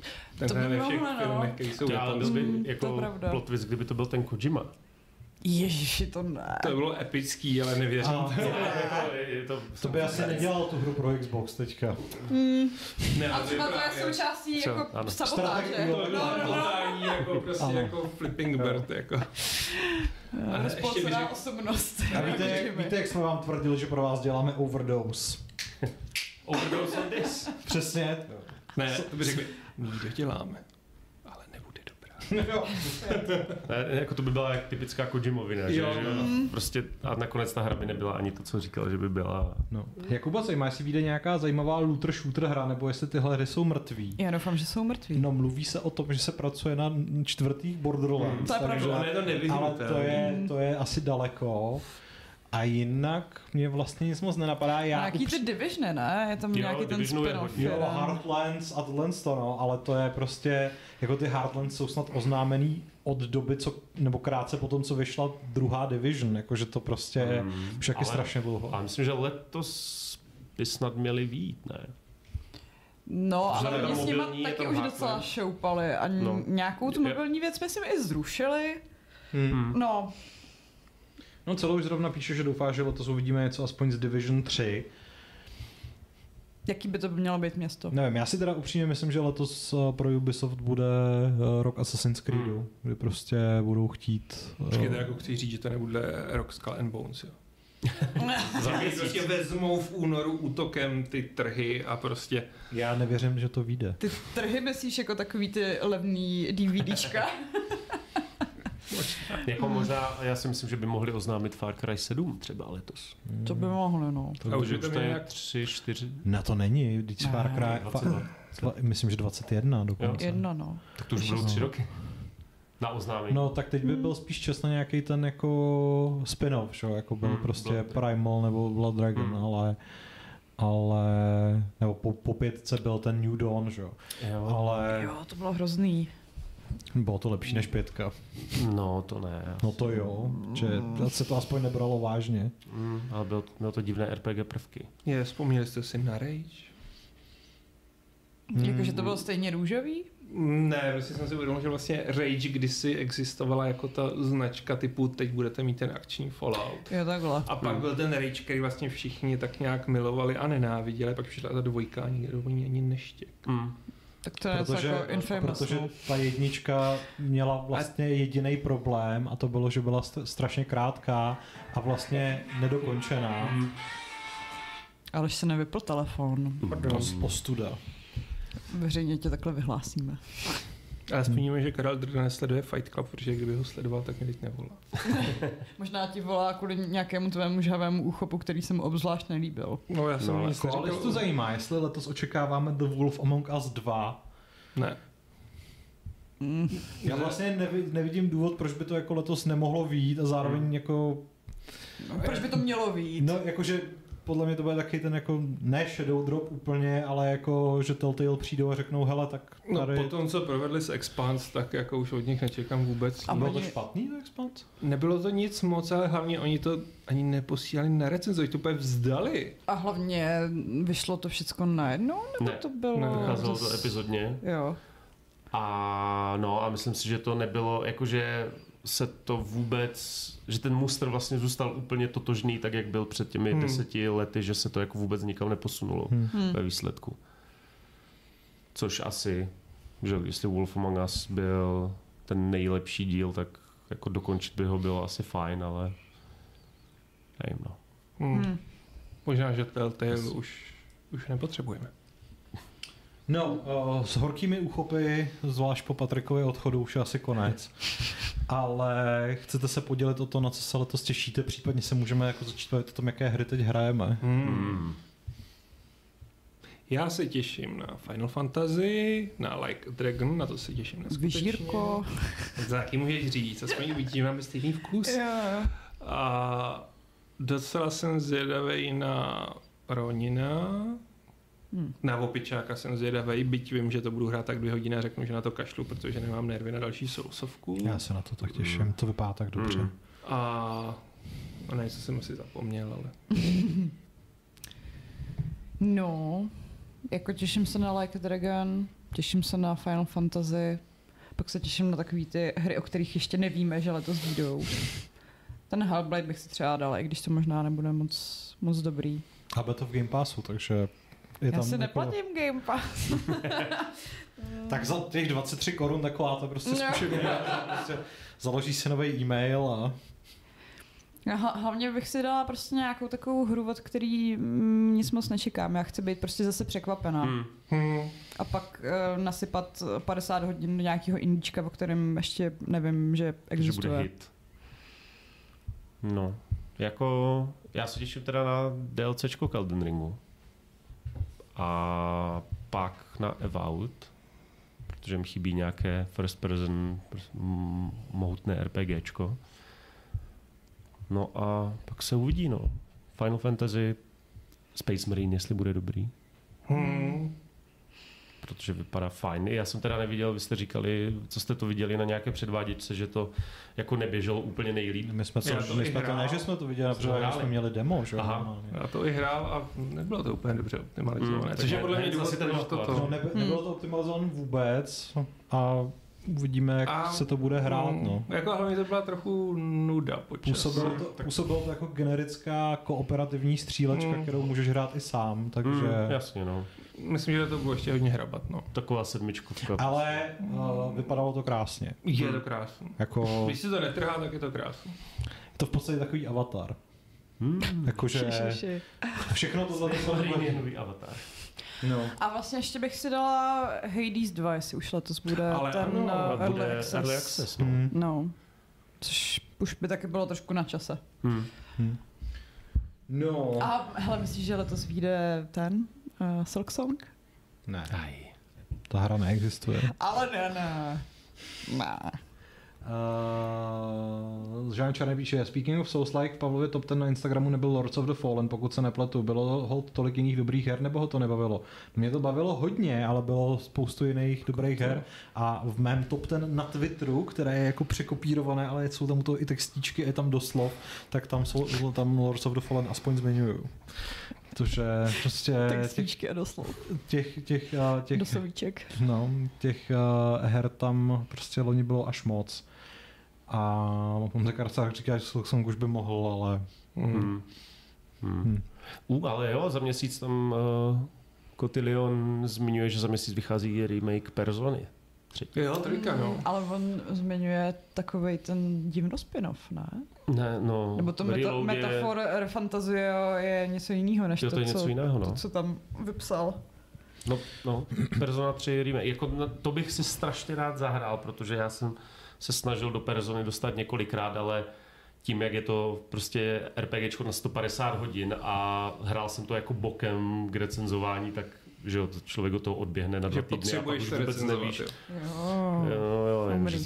Ten To by hraje ve všech mohlo, no. filmech, který jsou Já, ale byl japonský. by Mm, to je jako pravda. plot twist, kdyby to byl ten Kojima. Ježiši, to ne. To bylo epický, ale nevěřím. A Je to, je to, to by asi nedělal tu hru pro Xbox teďka. Mm. Ne, A ale třeba to je právě- součástí Co? jako Ano. sabotáže. Strategie, No, jo. no, no. Totální jako prostě Ano. jako flipping bird, jako. Ale ještě Rozpolcená bych- osobnost. A víte, víte, jak jsme vám tvrdili, že pro vás děláme overdose? Overdose on this. Přesně. Ne, to by řekli, my ji doděláme, ale nebude dobrá. Ne, jako to by byla jak typická Kojimovina, že, Jo. že jo? Prostě a nakonec ta hra by nebyla ani to, co říkal, že by byla. No. Jakuba zajímá, jestli vyjde nějaká zajímavá looter shooter hra, nebo jestli tyhle hry jsou mrtví. Já doufám, že jsou mrtví. No, mluví se o tom, že se pracuje na čtvrtých Borderlands. To je takže- pravda. Ale je to nevyhnutelné. ale to je, to je asi daleko. A jinak mě vlastně nic moc nenapadá. Já Nějaký ty Divisiony, ne? Je tam Jo, nějaký ten Divisionu je spin-off. hodně. Jo, jeden. Heartlands a tohle to, no, ale to je prostě, jako ty Heartlands jsou snad oznámený od doby, co, nebo krátce po tom, co vyšla druhá Division, jakože to prostě Hmm. už jak je Ale- strašně dlouho. A myslím, že letos by snad měli výjít, ne? No, Že ale tam oni s nima mobilní je taky tam už Heartland. docela šoupali a No. no. nějakou tu Je- mobilní věc myslím i zrušili. Hmm. No, No celou už zrovna píše, že doufá, že letos uvidíme něco aspoň z Division tři. jaký by to mělo být město? Nevím, já si teda upřímně myslím, že letos eh, pro Ubisoft bude eh, rok Assassin's Creedu, Hmm. kdy prostě budou chtít... eh, Počkejte, jako chci říct, že to nebude Rock Skull and Bones, jo. Za Oni měsíc. prostě vezmou v únoru útokem ty trhy a prostě... Já nevěřím, že to vyjde. Ty trhy myslíš jako takový ty levný DVDčka? Jako možná, já si myslím, že by mohli oznámit Far Cry sedm třeba letos. To by mohlo, no. To A by- už je to to je nějak... tři, čtyři, Na to není, když Ne, Far Cry... dvacet Fa- let. dva- myslím, že dvacet jedna dokonce. Jedno, no. Tak to už budou tři roky. Na oznámení. No, tak teď by byl spíš čas na nějaký ten jako spin-off, že? jo, jako byl Hmm, prostě Blood Primal nebo Blood Dragon, Hmm. ale ale nebo po, po pětce byl ten New Dawn, že? jo, Jo. ale Jo, to bylo hrozný. bylo to lepší než pětka. No to ne. No to jo, že se to aspoň nebralo vážně. Mm, ale bylo, mělo to divné R P G prvky. Je, vzpomněli jste si na Rage? Hmm. Jakože to bylo stejně růžový? Ne, prostě jsem si uvědomil, že vlastně Rage kdysi existovala jako ta značka typu teď budete mít ten akční Fallout. Jo, takhle. A pak Hmm. byl ten Rage, který vlastně všichni tak nějak milovali a nenáviděli, pak přišla ta dvojka a nikdo do ní ani neštěk. Mm. Tak to je něco Protože, jako Infamous. protože no. ta jednička měla vlastně jediný problém a to bylo, že byla st- strašně krátká a vlastně nedokončená. Mm. Alež se nevypl telefon. Os- Ostuda. Veřejně tě takhle vyhlásíme. Ale vzpomíníme, že Karel Drda nesleduje Fight Club, protože kdyby ho sledoval, tak mě teď nevolá. Možná ti volá kvůli nějakému tvému žhavému úchopu, který se mu obzvlášť nelíbil. No já jsem No, no, ale nic Ale neříkal. to zajímá, jestli letos očekáváme The Wolf Among Us dva. Ne. Mm. Já vlastně nevi, nevidím důvod, proč by to jako letos nemohlo vyjít a zároveň Hmm. jako, No, proč by to mělo být? no jakože podle mě to bude taky ten jako, ne shadow drop úplně, ale jako, že Telltale přijdou a řeknou, hele, tak No tady... po tom, co provedli s Expanse, tak jako už od nich nečekám vůbec. A Bylo to oni- špatný, to Expanse? Nebylo to nic moc, ale hlavně oni to ani neposílali na recenzi, oni to úplně vzdali. A hlavně vyšlo to všecko najednou? Nebo Ne. to bylo... Ne, Vycházelo to zas- epizodně. Jo. A no a myslím si, že to nebylo, jakože se to vůbec, že ten muster vlastně zůstal úplně totožný, tak jak byl před těmi Hmm. deseti lety, že se to jako vůbec nikam neposunulo Hmm. Hm. ve výsledku. Což asi, že jestli Wolf Among Us byl ten nejlepší díl, tak jako dokončit by ho bylo asi fajn, ale nevím no. Hmm. Hm. Možná, že Telltale už, už nepotřebujeme. No, uh, s horkými úchopy, zvlášť po Patrikovi odchodu, už je asi konec. Ale chcete se podělit o to, na co se letos těšíte, případně se můžeme jako začít bavit o tom, jaké hry teď hrajeme. Hmm. Hmm. Já se těším na Final Fantasy, na Like a Dragon, na to se těším neskutečně. Vyžírko. To taky můžeš říct, aspoň uvidíme, máme stejný vkus. Jo, jo. A docela jsem zvědavý na Ronina. Hm. Na Opičáka jsem zvědavý, byť vím, že to budu hrát tak dvě hodiny a řeknu, že na to kašlu, protože nemám nervy na další sousovku. Já se na to tak těším, to vypadá tak dobře. Hmm. A no ne, co jsem asi zapomněl, ale... No, jako těším se na Like a Dragon. těším se na Final Fantasy, pak se těším na takové ty hry, o kterých ještě nevíme, že letos vyjdou. Ten Hellblade bych si třeba dal, i když to možná nebude moc, moc dobrý. A bude to v Game Passu, takže je Já tam si jako... neplatím Game Pass. Tak za těch dvacet tři korun taková to prostě No. zkušená. Prostě založíš si nový e-mail a... Já hla- hlavně bych si dala prostě nějakou takovou hru, od který mm, nic moc nečekám. Já chci být prostě zase překvapená. Hmm. Hmm. A pak uh, nasypat padesát hodin do nějakého indíčka, o kterém ještě nevím, že Že bude existuje. hit. No, jako já se těším teda na DLCčko k Elden Ringu. A pak na Avowed, protože mi chybí nějaké first person mm, mohutné RPGčko. No a pak se uvidí, no. Final Fantasy, Space Marine, jestli bude dobrý. Hmm. Protože vypadá fajn. Já jsem teda neviděl, vy jste říkali, co jste to viděli na nějaké předváděčce, že to jako neběželo úplně nejlíp. My jsme to, Já to my i jsme to hrál. ne, že jsme to viděli, Jsme protože hráli. jsme měli demo, že? Aha. normálně. Já to i hrál a nebylo to úplně dobře optimalizované. Mm, Což je tak podle ne- mě ne- důvod, zase ten proč to náklad. No, to... neby, nebylo to optimalizované vůbec a uvidíme, jak A- se to bude hrát. Mm, No. Jako hlavně to byla trochu nuda počas. Působilo to, působilo to jako generická kooperativní střílečka, Mm. kterou můžeš hrát i sám, takže... Mm, jasně, no. Myslím, že to bylo ještě hodně hrabat, no. Taková sedmičkovka. Ale uh, vypadalo to krásně. Je to krásný. Jako, Když si to netrhá, tak je to krásný. je to v podstatě takový avatar. Hmm. Jakože Šišiši. všechno to zase Samozřejmě je nový avatar. No. A vlastně ještě bych si dala Hades dva, jestli už letos bude Ale ten ano, uh, A early, bude access. Early Access, no. Hmm. No. Což už by taky bylo trošku na čase. Hmm. No. A hele, myslíš, že letos vyjde ten uh, Silk Song? Ne, Aj. ta hra neexistuje. Ale ne, ne. Ne. Uh, Žán Čarný píše, speaking of Souls-like, v Pavlově top ten na Instagramu nebyl Lords of the Fallen, pokud se nepletu. Bylo hold tolik jiných dobrých her, nebo ho to nebavilo? Mě to bavilo hodně, ale bylo spoustu jiných dobrých her. A v mém top ten na Twitteru, které je jako překopírované, ale jsou tam u toho i textíčky, je tam doslov, tak tam jsou tam Lords of the Fallen aspoň zmiňuju. Protože prostě těch, Textíčky a doslov. těch, těch, uh, těch, Doslovíček. no, těch uh, her tam prostě loni bylo až moc. A on tak Arcák říká, že Silksong už by mohl, ale... Mm. Hmm. Hmm. Hmm. Uh, ale jo, za měsíc tam uh, Cotillion zmiňuje, že za měsíc vychází remake Persony. Třetí. Jo, trojka, no. Ale on zmiňuje takovej ten divno spin-off, ne? Ne, no. Nebo to meta, Reload je- metafor Fantazio je něco jiného, než Jo, to, to je něco co, jiného, no. to, co tam vypsal. No, no, Persona tři remake. Jako, na, to bych si strašně rád zahrál, protože já jsem se snažil do Persony dostat několikrát, ale tím, jak je to prostě RPGčko na sto padesát hodin a hrál jsem to jako bokem k recenzování, tak že jo, to člověk od toho odběhne na dva Že týdny a pak potřebuješ už to vůbec recenzovat, nevíš. jo. Jo. Jo, jo, vím, Umrý. že...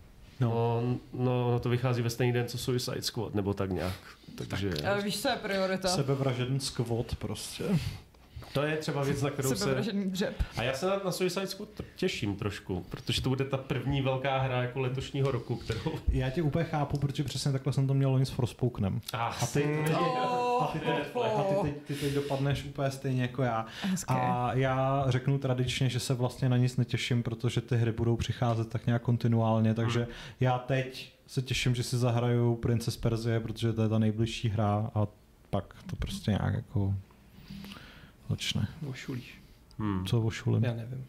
No, no, to vychází ve stejný den, co Suicide Squad, nebo tak nějak. Takže Ale víš, co je priorita? Sebevražedný skvot prostě. to je třeba věc, na kterou se... Sebevražený dřep. A já se na, na Suicide Squad těším trošku, protože to bude ta první velká hra jako letošního roku, kterou... Já tě úplně chápu, protože přesně takhle jsem to měl loni s Forspokenem. Ah, A ty, ty, Oh, a ty, teď, a ty, teď, ty teď dopadneš úplně stejně jako já. Hezké. A já řeknu tradičně, že se vlastně na nic netěším, protože ty hry budou přicházet tak nějak kontinuálně, takže já teď se těším, že si zahraju Princess Persie, protože to je ta nejbližší hra a pak to prostě nějak jako začne. Ošulíš. Hmm. Co ošulím? Já nevím.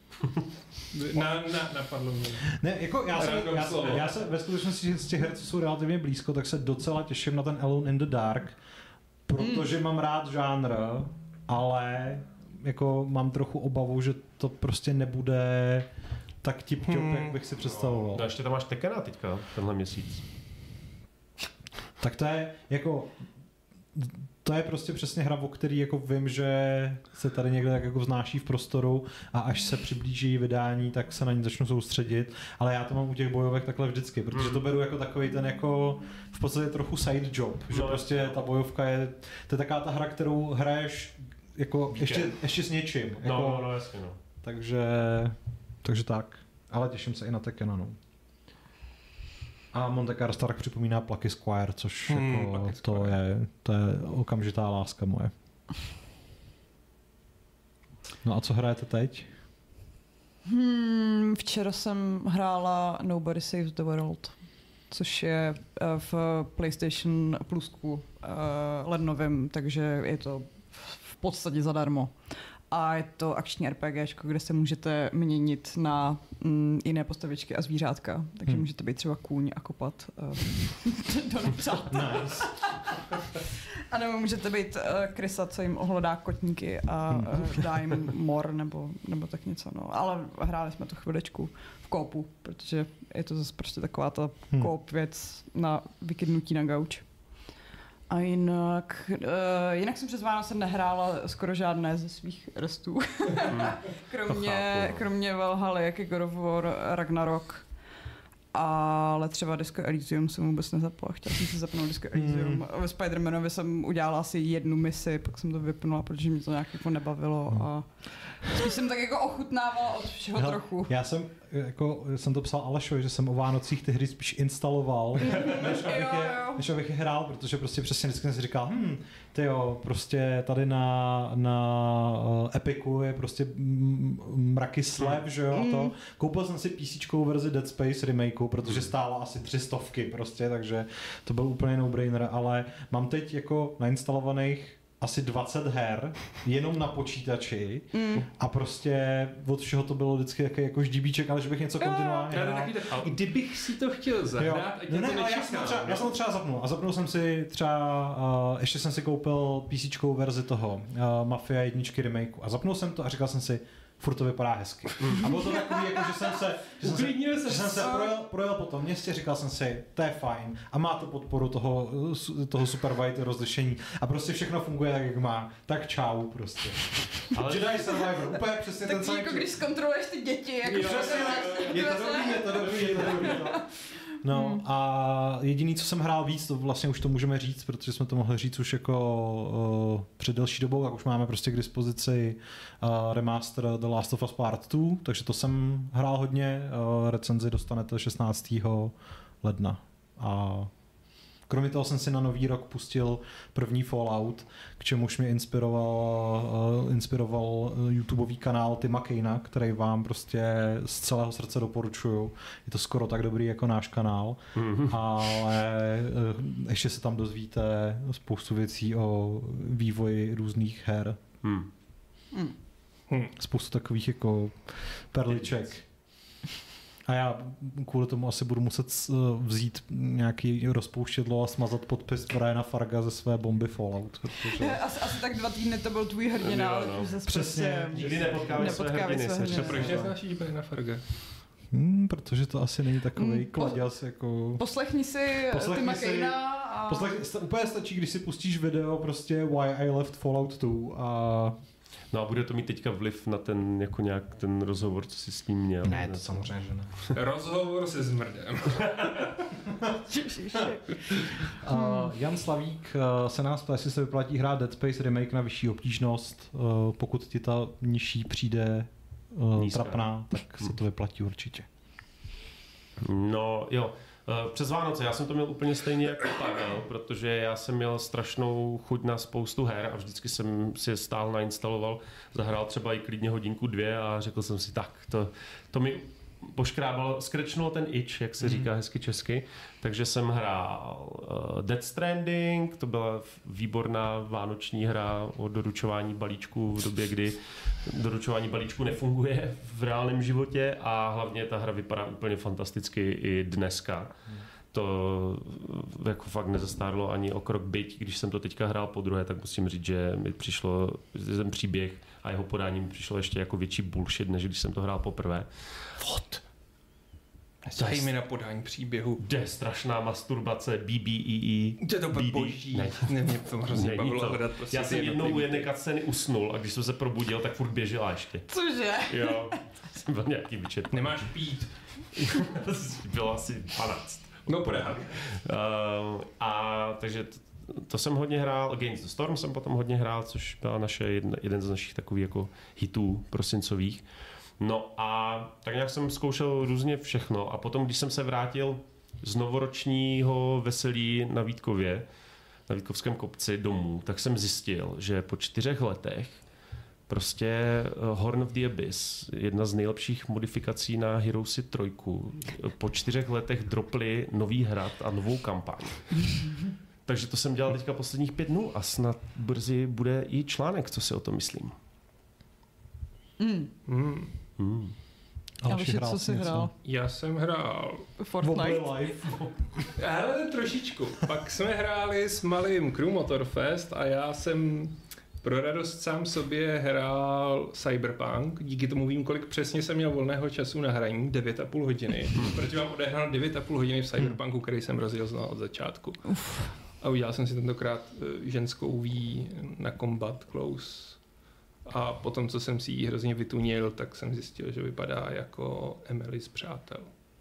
na, na, napadlo mě. Ne, jako já se, Random já, se, slovo. já se ve skutečnosti z těch her, co jsou relativně blízko, tak se docela těším na ten Alone in the Dark, protože mám rád žánr, ale jako mám trochu obavu, že to prostě nebude tak tip-top, Hmm. jak bych si představoval. No ještě tam máš Tekena teďka, tenhle měsíc. Tak to je jako to je prostě přesně hra, o který jako vím, že se tady někde tak jako vznáší v prostoru a až se přiblíží vydání, tak se na ní začnu soustředit, ale já to mám u těch bojovek takhle vždycky, protože to beru jako takový ten jako v podstatě trochu side job, že No, prostě ta bojovka je, to je taková ta hra, kterou hraješ jako Víkend. ještě, ještě s něčím, jako, No, no, no, jasně, no. takže, takže tak, ale těším se i na Tekena, no. A Monte Carlo Stark připomíná Plucky Squire, což Hmm, jako, Plucky to, Squire. je, to je okamžitá láska moje. No a co hrajete teď? Hmm, včera jsem hrála Nobody Saves the World, což je uh, v PlayStation Plusku uh, lednovém, takže je to v podstatě zadarmo. A je to akční RPGčko, kde se můžete měnit na mm, jiné postavičky a zvířátka. Takže hmm. můžete být třeba kůň a kopat uh, do nepřátel. Nice. A nebo můžete být uh, krysa, co jim ohlodá kotníky a uh, dá jim mor nebo, nebo tak něco. No. Ale hráli jsme to chvilečku v kópu, protože je to zase prostě taková ta hmm. kóp věc na vykydnutí na gauč. A jinak, uh, jinak jsem přes Vánoce nehrála skoro žádné ze svých restů. kromě, kromě Valhaly, jak je God of War, Ragnarok. Ale třeba Disco Elysium jsem vůbec nezapla. Chtěla jsem si zapnout Disco Elysium. Mm. Ve Spider-Manovi jsem udělala asi jednu misi, pak jsem to vypnula, protože mě to nějak jako nebavilo. Mm. A spíš jsem tak jako ochutnávala od všeho Hele, trochu. Já jsem, jako, jsem to psal Alešovi, že jsem o Vánocích ty hry spíš instaloval, než, abych je, než abych je hrál, protože prostě přesně vždycky jsem si říkal, hm, tyjo, prostě tady na, na uh, Epiku je prostě mraky slev, mm. že jo, a to. Koupil jsem si písíčkovou verzi Dead Space remakeu, protože stála asi tři stovky prostě, takže to byl úplně no-brainer, ale mám teď jako nainstalovaných asi dvacet her, jenom na počítači mm. a prostě od všeho to bylo vždycky jaký jako ždíbíček, ale že bych něco kontinuálně hrál. Kdybych si to chtěl zahrát, ať no ne, to nečeká. Já jsem to, třeba, já jsem to třeba zapnul a zapnul jsem si třeba, uh, ještě jsem si koupil písíčkovou verzi toho uh, Mafia jedničky remakeu a zapnul jsem to a říkal jsem si, furt to vypadá hezky. A bylo to takový, jako, že jsem se, že jsem se, že jsem se projel, projel po tom městě, říkal jsem si, to je fajn a má to podporu toho, toho super wide rozlišení a prostě všechno funguje tak, jak má. Tak čau prostě. Ale Jedi Survivor, úplně přesně tak ten samý. Tak jako když zkontroluješ ty děti, jako jo, přesně, je to dobrý, je to dobrý, je to dobrý. No hmm. a jediný, co jsem hrál víc, to vlastně už to můžeme říct, protože jsme to mohli říct už jako uh, před delší dobou, tak už máme prostě k dispozici uh, remaster The Last of Us Part dva, takže to jsem hrál hodně, uh, recenzi dostanete šestnáctého ledna a kromě toho jsem si na nový rok pustil první Fallout, k čemuž mě inspiroval, uh, inspiroval YouTubeový kanál Tima Kaina, který vám prostě z celého srdce doporučuju. Je to skoro tak dobrý jako náš kanál, mm-hmm. ale uh, ještě se tam dozvíte spoustu věcí o vývoji různých her. Mm. Mm. Spoustu takových jako perliček. A já kvůli tomu asi budu muset vzít nějaký rozpouštědlo a smazat podpis Briana Farga ze své bomby Fallout. Protože... Asi, asi tak dva týdny to byl tvůj hrdina, ale no. Už přesně. Nikdy nepotkáme své hrdiny. Proč neznášíš Briana Farga? Hmm, protože to asi není takový hmm, kladěs jako... Poslechni si Tima Kaina a... Poslechni, úplně stačí, když si pustíš video prostě Why I Left Fallout dva a... No a bude to mít teďka vliv na ten, jako nějak ten rozhovor, co jsi s ním měl? Ne, to samozřejmě, že ne. Rozhovor se zmrdem. uh, Jan Slavík uh, se nás ptá, jestli se vyplatí hrát Dead Space remake na vyšší obtížnost. Uh, pokud ti ta nižší přijde uh, trapná, tak se to vyplatí určitě. No jo. Přes Vánoce, já jsem to měl úplně stejně jako Pavel, protože já jsem měl strašnou chuť na spoustu her a vždycky jsem si je stál nainstaloval, zahrál třeba i klidně hodinku dvě a řekl jsem si tak, to, to mi poškrábalo, skrečnulo ten itch, jak se říká hezky česky, takže jsem hrál uh, Death Stranding, to byla výborná vánoční hra o doručování balíčku v době, kdy doručování balíčku nefunguje v reálném životě a hlavně ta hra vypadá úplně fantasticky i dneska. Hmm. To jako fakt nezastárlo ani o krok, byť když jsem to teďka hrál po druhé, tak musím říct, že mi přišlo ten příběh a jeho podání mi přišlo ještě jako větší bullshit, než když jsem to hrál poprvé. What? Zají mi na podání příběhu. Jde strašná masturbace, B B E E. To je to boží. Ne, ne, mě to hrozně bavilo hledat. Prostě já jsem jednou u jedné cutscény usnul a když jsem se probudil, tak furt běžela ještě. Cože? Jo, jsem byl nějaký vyčet. Nemáš pít. Bylo asi dvanáct. No půjde. Uh, a takže to, to jsem hodně hrál. Against the Storm jsem potom hodně hrál, což byla naše jedna, jeden z našich takových jako hitů prosincových. No a tak nějak jsem zkoušel různě všechno a potom, když jsem se vrátil z novoročního veselí na Vítkově, na Vítkovském kopci domů, tak jsem zjistil, že po čtyřech letech prostě Horn of the Abyss, jedna z nejlepších modifikací na Heroesy trojku. Po čtyřech letech dropli nový hrad a novou kampaň. Takže to jsem dělal teďka posledních pět dnů a snad brzy bude i článek, co si o tom myslím. Mm. Hmm. Mm. Já víš, co jsi hrál? Já jsem hrál Fortnite. Ale trošičku. Pak jsme hráli s malým Crew Motorfest a já jsem pro radost sám sobě hrál Cyberpunk. Díky tomu vím, kolik přesně jsem měl volného času na hraní, devět a půl hodiny. Protože mám odehrál devět a půl hodiny v Cyberpunku, který jsem rozjel od začátku. Uf. A udělal jsem si tentokrát ženskou ví na Combat Close. A potom, co jsem si ji hrozně vytunil, tak jsem zjistil, že vypadá jako Emily z Přátel.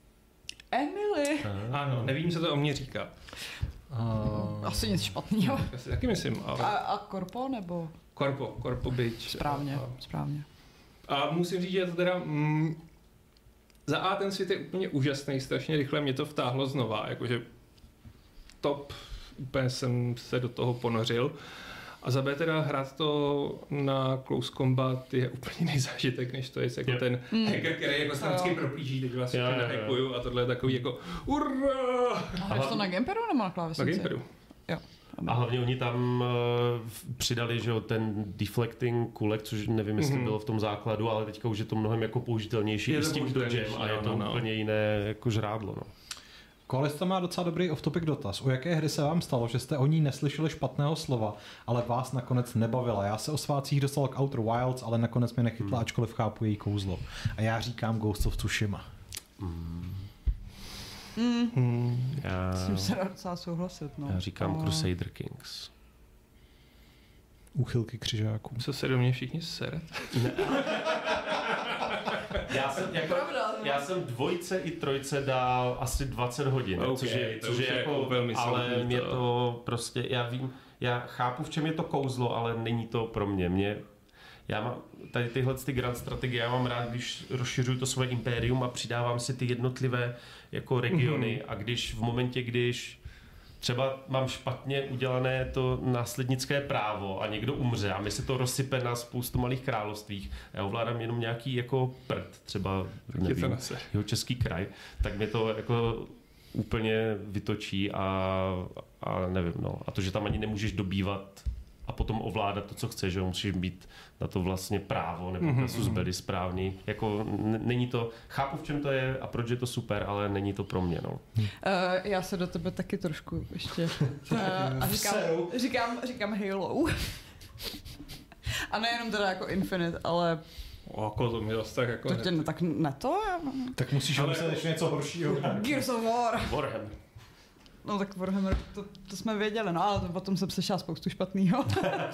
Emily? Ano, nevím, co to o mě říká. Uh... Asi nic špatného. Já si taky myslím, ale... A, a Korpo, nebo? Korpo, Korpo Bitch. Správně, a, správně. A musím říct, že to teda... Mm, za A ten svět je úplně úžasný, strašně rychle mě to vtáhlo znova, jakože top, úplně jsem se do toho ponořil. A za B teda hrát to na Close Combat je úplně nejzážitek, než to je jako yep. ten mm. hacker, který jako stránský proplíží, teď vás všechny nahackuju a tohle je takový jako urra! A hraješ to na Gameperu nebo na klávesnici? Na Gameperu. Jo. A hlavně oni tam uh, přidali, že jo, ten deflecting kulek, což nevím, jestli mm-hmm. bylo v tom základu, ale teďka už je to mnohem jako použitelnější i s tím dodgem a je to no, úplně no. jiné jako žrádlo, no. Koalista má docela dobrý off-topic dotaz. U jaké hry se vám stalo, že jste o ní neslyšeli špatného slova, ale vás nakonec nebavila? Já se o svácích dostal k Outer Wilds, ale nakonec mě nechytla, hmm. ačkoliv chápu její kouzlo. A já říkám Ghost of Tsushima. Hmm. Mm. Hmm. Já... Musím se docela souhlasit. No. Já říkám oh. Crusader Kings. Úchylky křižáků. Co se do mě všichni seret? Já jsem, jako, já jsem dvojce i trojce dal asi dvacet hodin, okay, což je, což je jako, velmi ale mě to. to prostě, já vím, já chápu, v čem je to kouzlo, ale není to pro mě. mě já mám tady tyhle ty grand strategie, já mám rád, když rozšiřuju to svoje impérium a přidávám si ty jednotlivé jako regiony mm-hmm. a když v momentě, když třeba mám špatně udělané to následnické právo a někdo umře a mi se to rozsype na spoustu malých královstvích a já ovládám jenom nějaký jako prd, třeba nevím, jeho český kraj, tak mě to jako úplně vytočí a, a nevím, no. A to, že tam ani nemůžeš dobývat a potom ovládat to, co chceš, že musíš být na to vlastně právo nebo mm-hmm. kasus belli správný. Jako n- není to, chápu, v čem to je a proč je to super, ale není to pro mě, no. Uh, já se do tebe taky trošku ještě uh, a říkám, říkám, říkám Halo. A nejenom teda jako Infinite, ale O, jako to mi zase tak jako... To tě ne, tak ne to? Tak musíš myslet ještě něco horšího. Gears of War. Warhammer. No tak Warhammer, to, to jsme věděli, no ale to potom jsem slyšela spoustu špatného.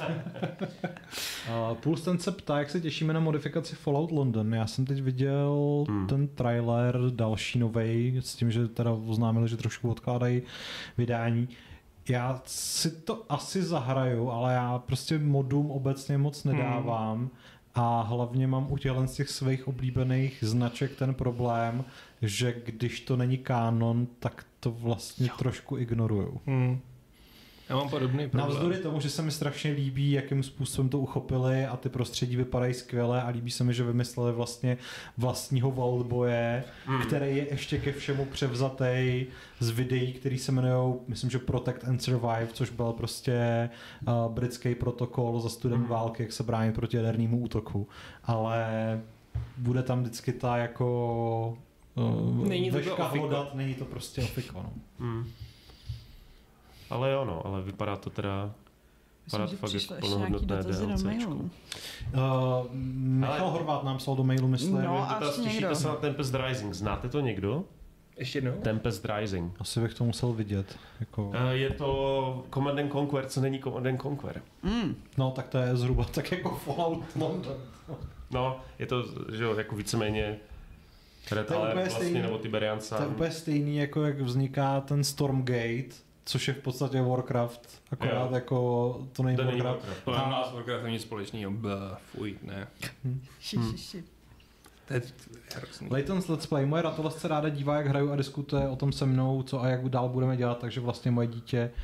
uh, Pulsten se ptá, jak se těšíme na modifikaci Fallout London. Já jsem teď viděl hmm. ten trailer, další novej, s tím, že teda oznámili, že trošku odkládají vydání. Já si to asi zahraju, ale já prostě modům obecně moc nedávám. Hmm. A hlavně mám u těchto z těch svých oblíbených značek ten problém, že když to není kánon, tak to vlastně jo. trošku ignoruju. Hmm. Já mám podobný problém. Navzdory tomu, že se mi strašně líbí, jakým způsobem to uchopili a ty prostředí vypadají skvěle a líbí se mi, že vymysleli vlastně vlastního Vaultboye, hmm. který je ještě ke všemu převzatý z videí, který se jmenují, myslím, že Protect and Survive, což byl prostě uh, britský protokol za studené hmm. války, jak se bránit proti jadernému útoku. Ale bude tam vždycky ta jako uh, není to veška hlodat, není to prostě ofiko. No. Hmm. Ale jo, no, ale vypadá to teda vypadá to fakt jako plnohodnotné DLCčko. Uh, Michal ale... Horvát nám psal do mailu, myslím. No, až těšíte se na Tempest Rising. Znáte to někdo? Ještě jednou? Tempest Rising. Asi bych to musel vidět. Jako... Uh, je to Command and Conquer, co není Command and Conquer. Mm. No, tak to je zhruba tak jako Fallout London. No, je to, že jo, jako víceméně Red Alert vlastně, stejný, nebo Tiberian. To je úplně stejný, jako jak vzniká ten Stormgate, což je v podstatě Warcraft, akorát jo. jako to není Warcraft. To nemá s Warcraftem nic společného, blah, fuj, ne. Hmm. Hmm. To je hrozný. Layton's Let's Play, moje ratolesce ráda dívá, jak hraju a diskutuje o tom se mnou, co a jak dál budeme dělat, takže vlastně moje dítě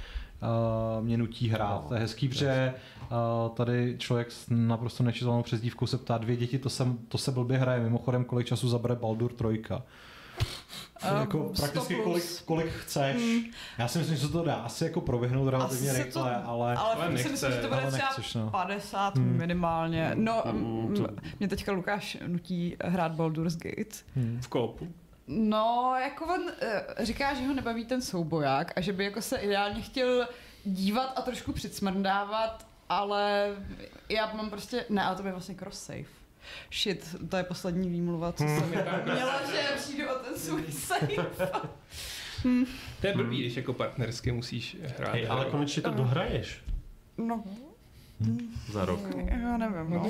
uh, mě nutí hrát. To je hezký, protože uh, tady člověk s naprosto nečitelnou přezdívkou se ptá, dvě děti, to se, to se blbě hraje. Mimochodem, kolik času zabere Baldur trojka? Um, jako prakticky kolik, kolik chceš. Mm. Já si myslím, že se to dá asi jako proběhnout relativně rychle, to, ale... Ale, ale si myslím, že to bude třeba nechceš, no. padesát hmm. minimálně. No, mm, to... mě teďka Lukáš nutí hrát Baldur's Gate. Hmm. V koopu. No, jako on uh, říká, že ho nebaví ten souboják a že by jako se ideálně chtěl dívat a trošku přicmrdávat, ale já mám prostě... Ne, ale to by vlastně cross-save. Shit, to je poslední výmluva, co jsem měla, že přijdu o ten svůj save. hmm. To je blbý, když jako partnersky musíš hrát. Hey, ale konečně to dohraješ. No. Hmm. Za rok. Já nevím, no.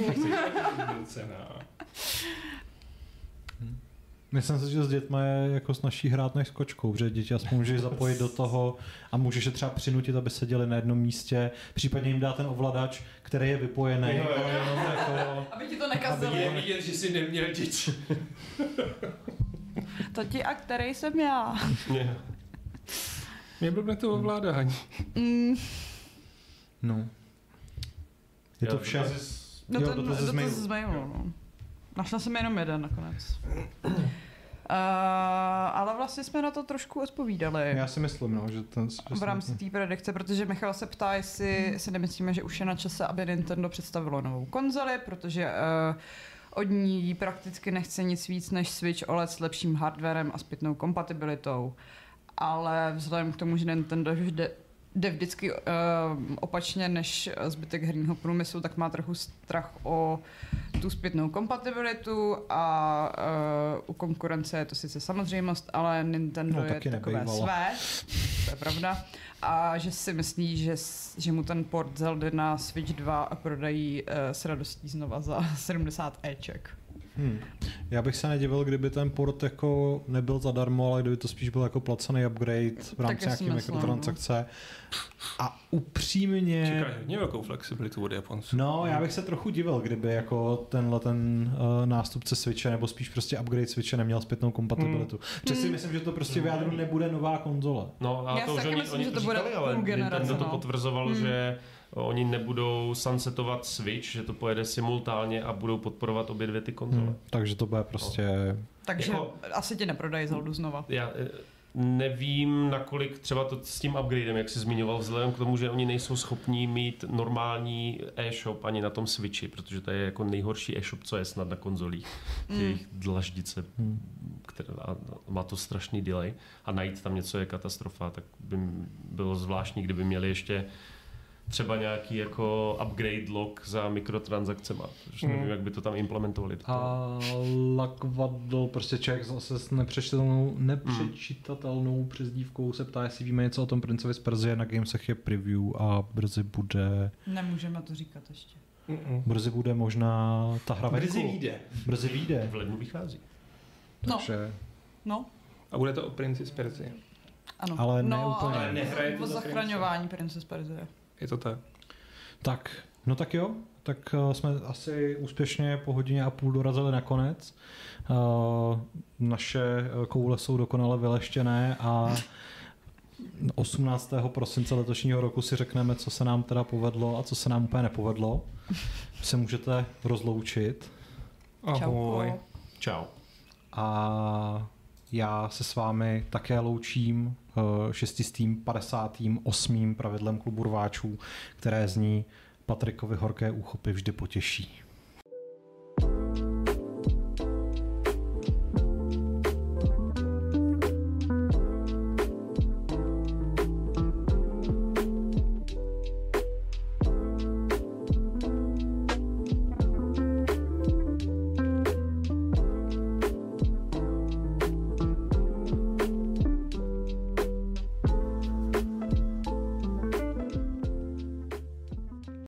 Myslím si, že s dětma je jako snažší hrát než s kočkou, protože děti aspoň můžeš zapojit do toho a můžeš je třeba přinutit, aby seděli na jednom místě, případně jim dá ten ovladač, který je vypojený. Jo, jo, jo. Jako, aby ti to nekazili. Je vidět, že jsi neměl děti. Tati, a který jsem já? Mě. Mě blbne to ovládání. Mm. No. Je to vše. No to, to, to z mailu, no. Našla jsem jenom jeden nakonec. Uh, ale vlastně jsme na to trošku odpovídali. Já si myslím, no, že ten... Že v rámci té predikce, protože Michal se ptá, jestli si nemyslíme, že už je na čase, aby Nintendo představilo novou konzoli, protože uh, od ní prakticky nechce nic víc než Switch O L E D s lepším hardwarem a zpětnou kompatibilitou. Ale vzhledem k tomu, že Nintendo jde, jde vždycky uh, opačně než zbytek herního průmyslu, tak má trochu strach o tu zpětnou kompatibilitu a uh, u konkurence je to sice samozřejmost, ale Nintendo no, je takové nebejvalo. Své, to je pravda, a že si myslí, že, že mu ten port Zeldy na Switch dva prodají uh, s radostí znova za sedmdesát éček. Hmm. Já bych se nedivil, kdyby ten port jako nebyl zadarmo, ale kdyby to spíš byl jako placený upgrade v rámci nějaké mikrotransakce. A upřímně... Čekáš hodně velkou flexibilitu od Japonců. No, já bych se trochu divil, kdyby jako tenhle ten uh, nástupce Switche, nebo spíš prostě upgrade Switche neměl zpětnou kompatibilitu. Hmm. Protože si myslím, že to prostě v jádru nebude nová konzole. No, a já to už oni, myslím, oni že to říkali, bude ale Nintendo to no. potvrzoval, hmm. že oni nebudou sunsetovat Switch, že to pojede simultánně a budou podporovat obě dvě ty konzole. Hmm. Takže to bude prostě... No. Takže jako, asi ti neprodají Zeldu znova. Já nevím, nakolik třeba to s tím upgradem, jak jsi zmiňoval, vzhledem k tomu, že oni nejsou schopní mít normální e-shop ani na tom Switchi, protože to je jako nejhorší e-shop, co je snad na konzolích. Mm. Jejich dlaždice, hmm. které, a má to strašný delay a najít tam něco je katastrofa, tak by bylo zvláštní, kdyby měli ještě třeba nějaký jako upgrade lock za mikrotransakcema. Protože nevím, mm. jak by to tam implementovali. A Lakvadl, prostě člověk zase s nepřečitatelnou, nepřečitatelnou mm. přezdívkou se ptá, jestli víme něco o tom Princovi z Perzie. Na Gamesech je preview a brzy bude... Nemůžeme to říkat ještě. Mm-mm. Brzy bude možná ta hra venku. Brzy vyjde. Brzy vyjde. V lednu vychází. Takže... No. A bude to o Princi z Perzie. Ano. Ale no, ne úplně. Ale nehraje to o zachraňování Prince z Perzie. Je to tak. Tak, no tak jo, tak uh, jsme asi úspěšně po hodině a půl dorazili na konec. Uh, naše koule jsou dokonale vyleštěné a osmnáctého prosince letošního roku si řekneme, co se nám teda povedlo a co se nám úplně nepovedlo. Se můžete rozloučit. Ahoj. Čau. A já se s vámi také loučím šestistým padesátým osmým pravidlem klubu rváčů, které zní Patrikovi horké úchopy vždy potěší.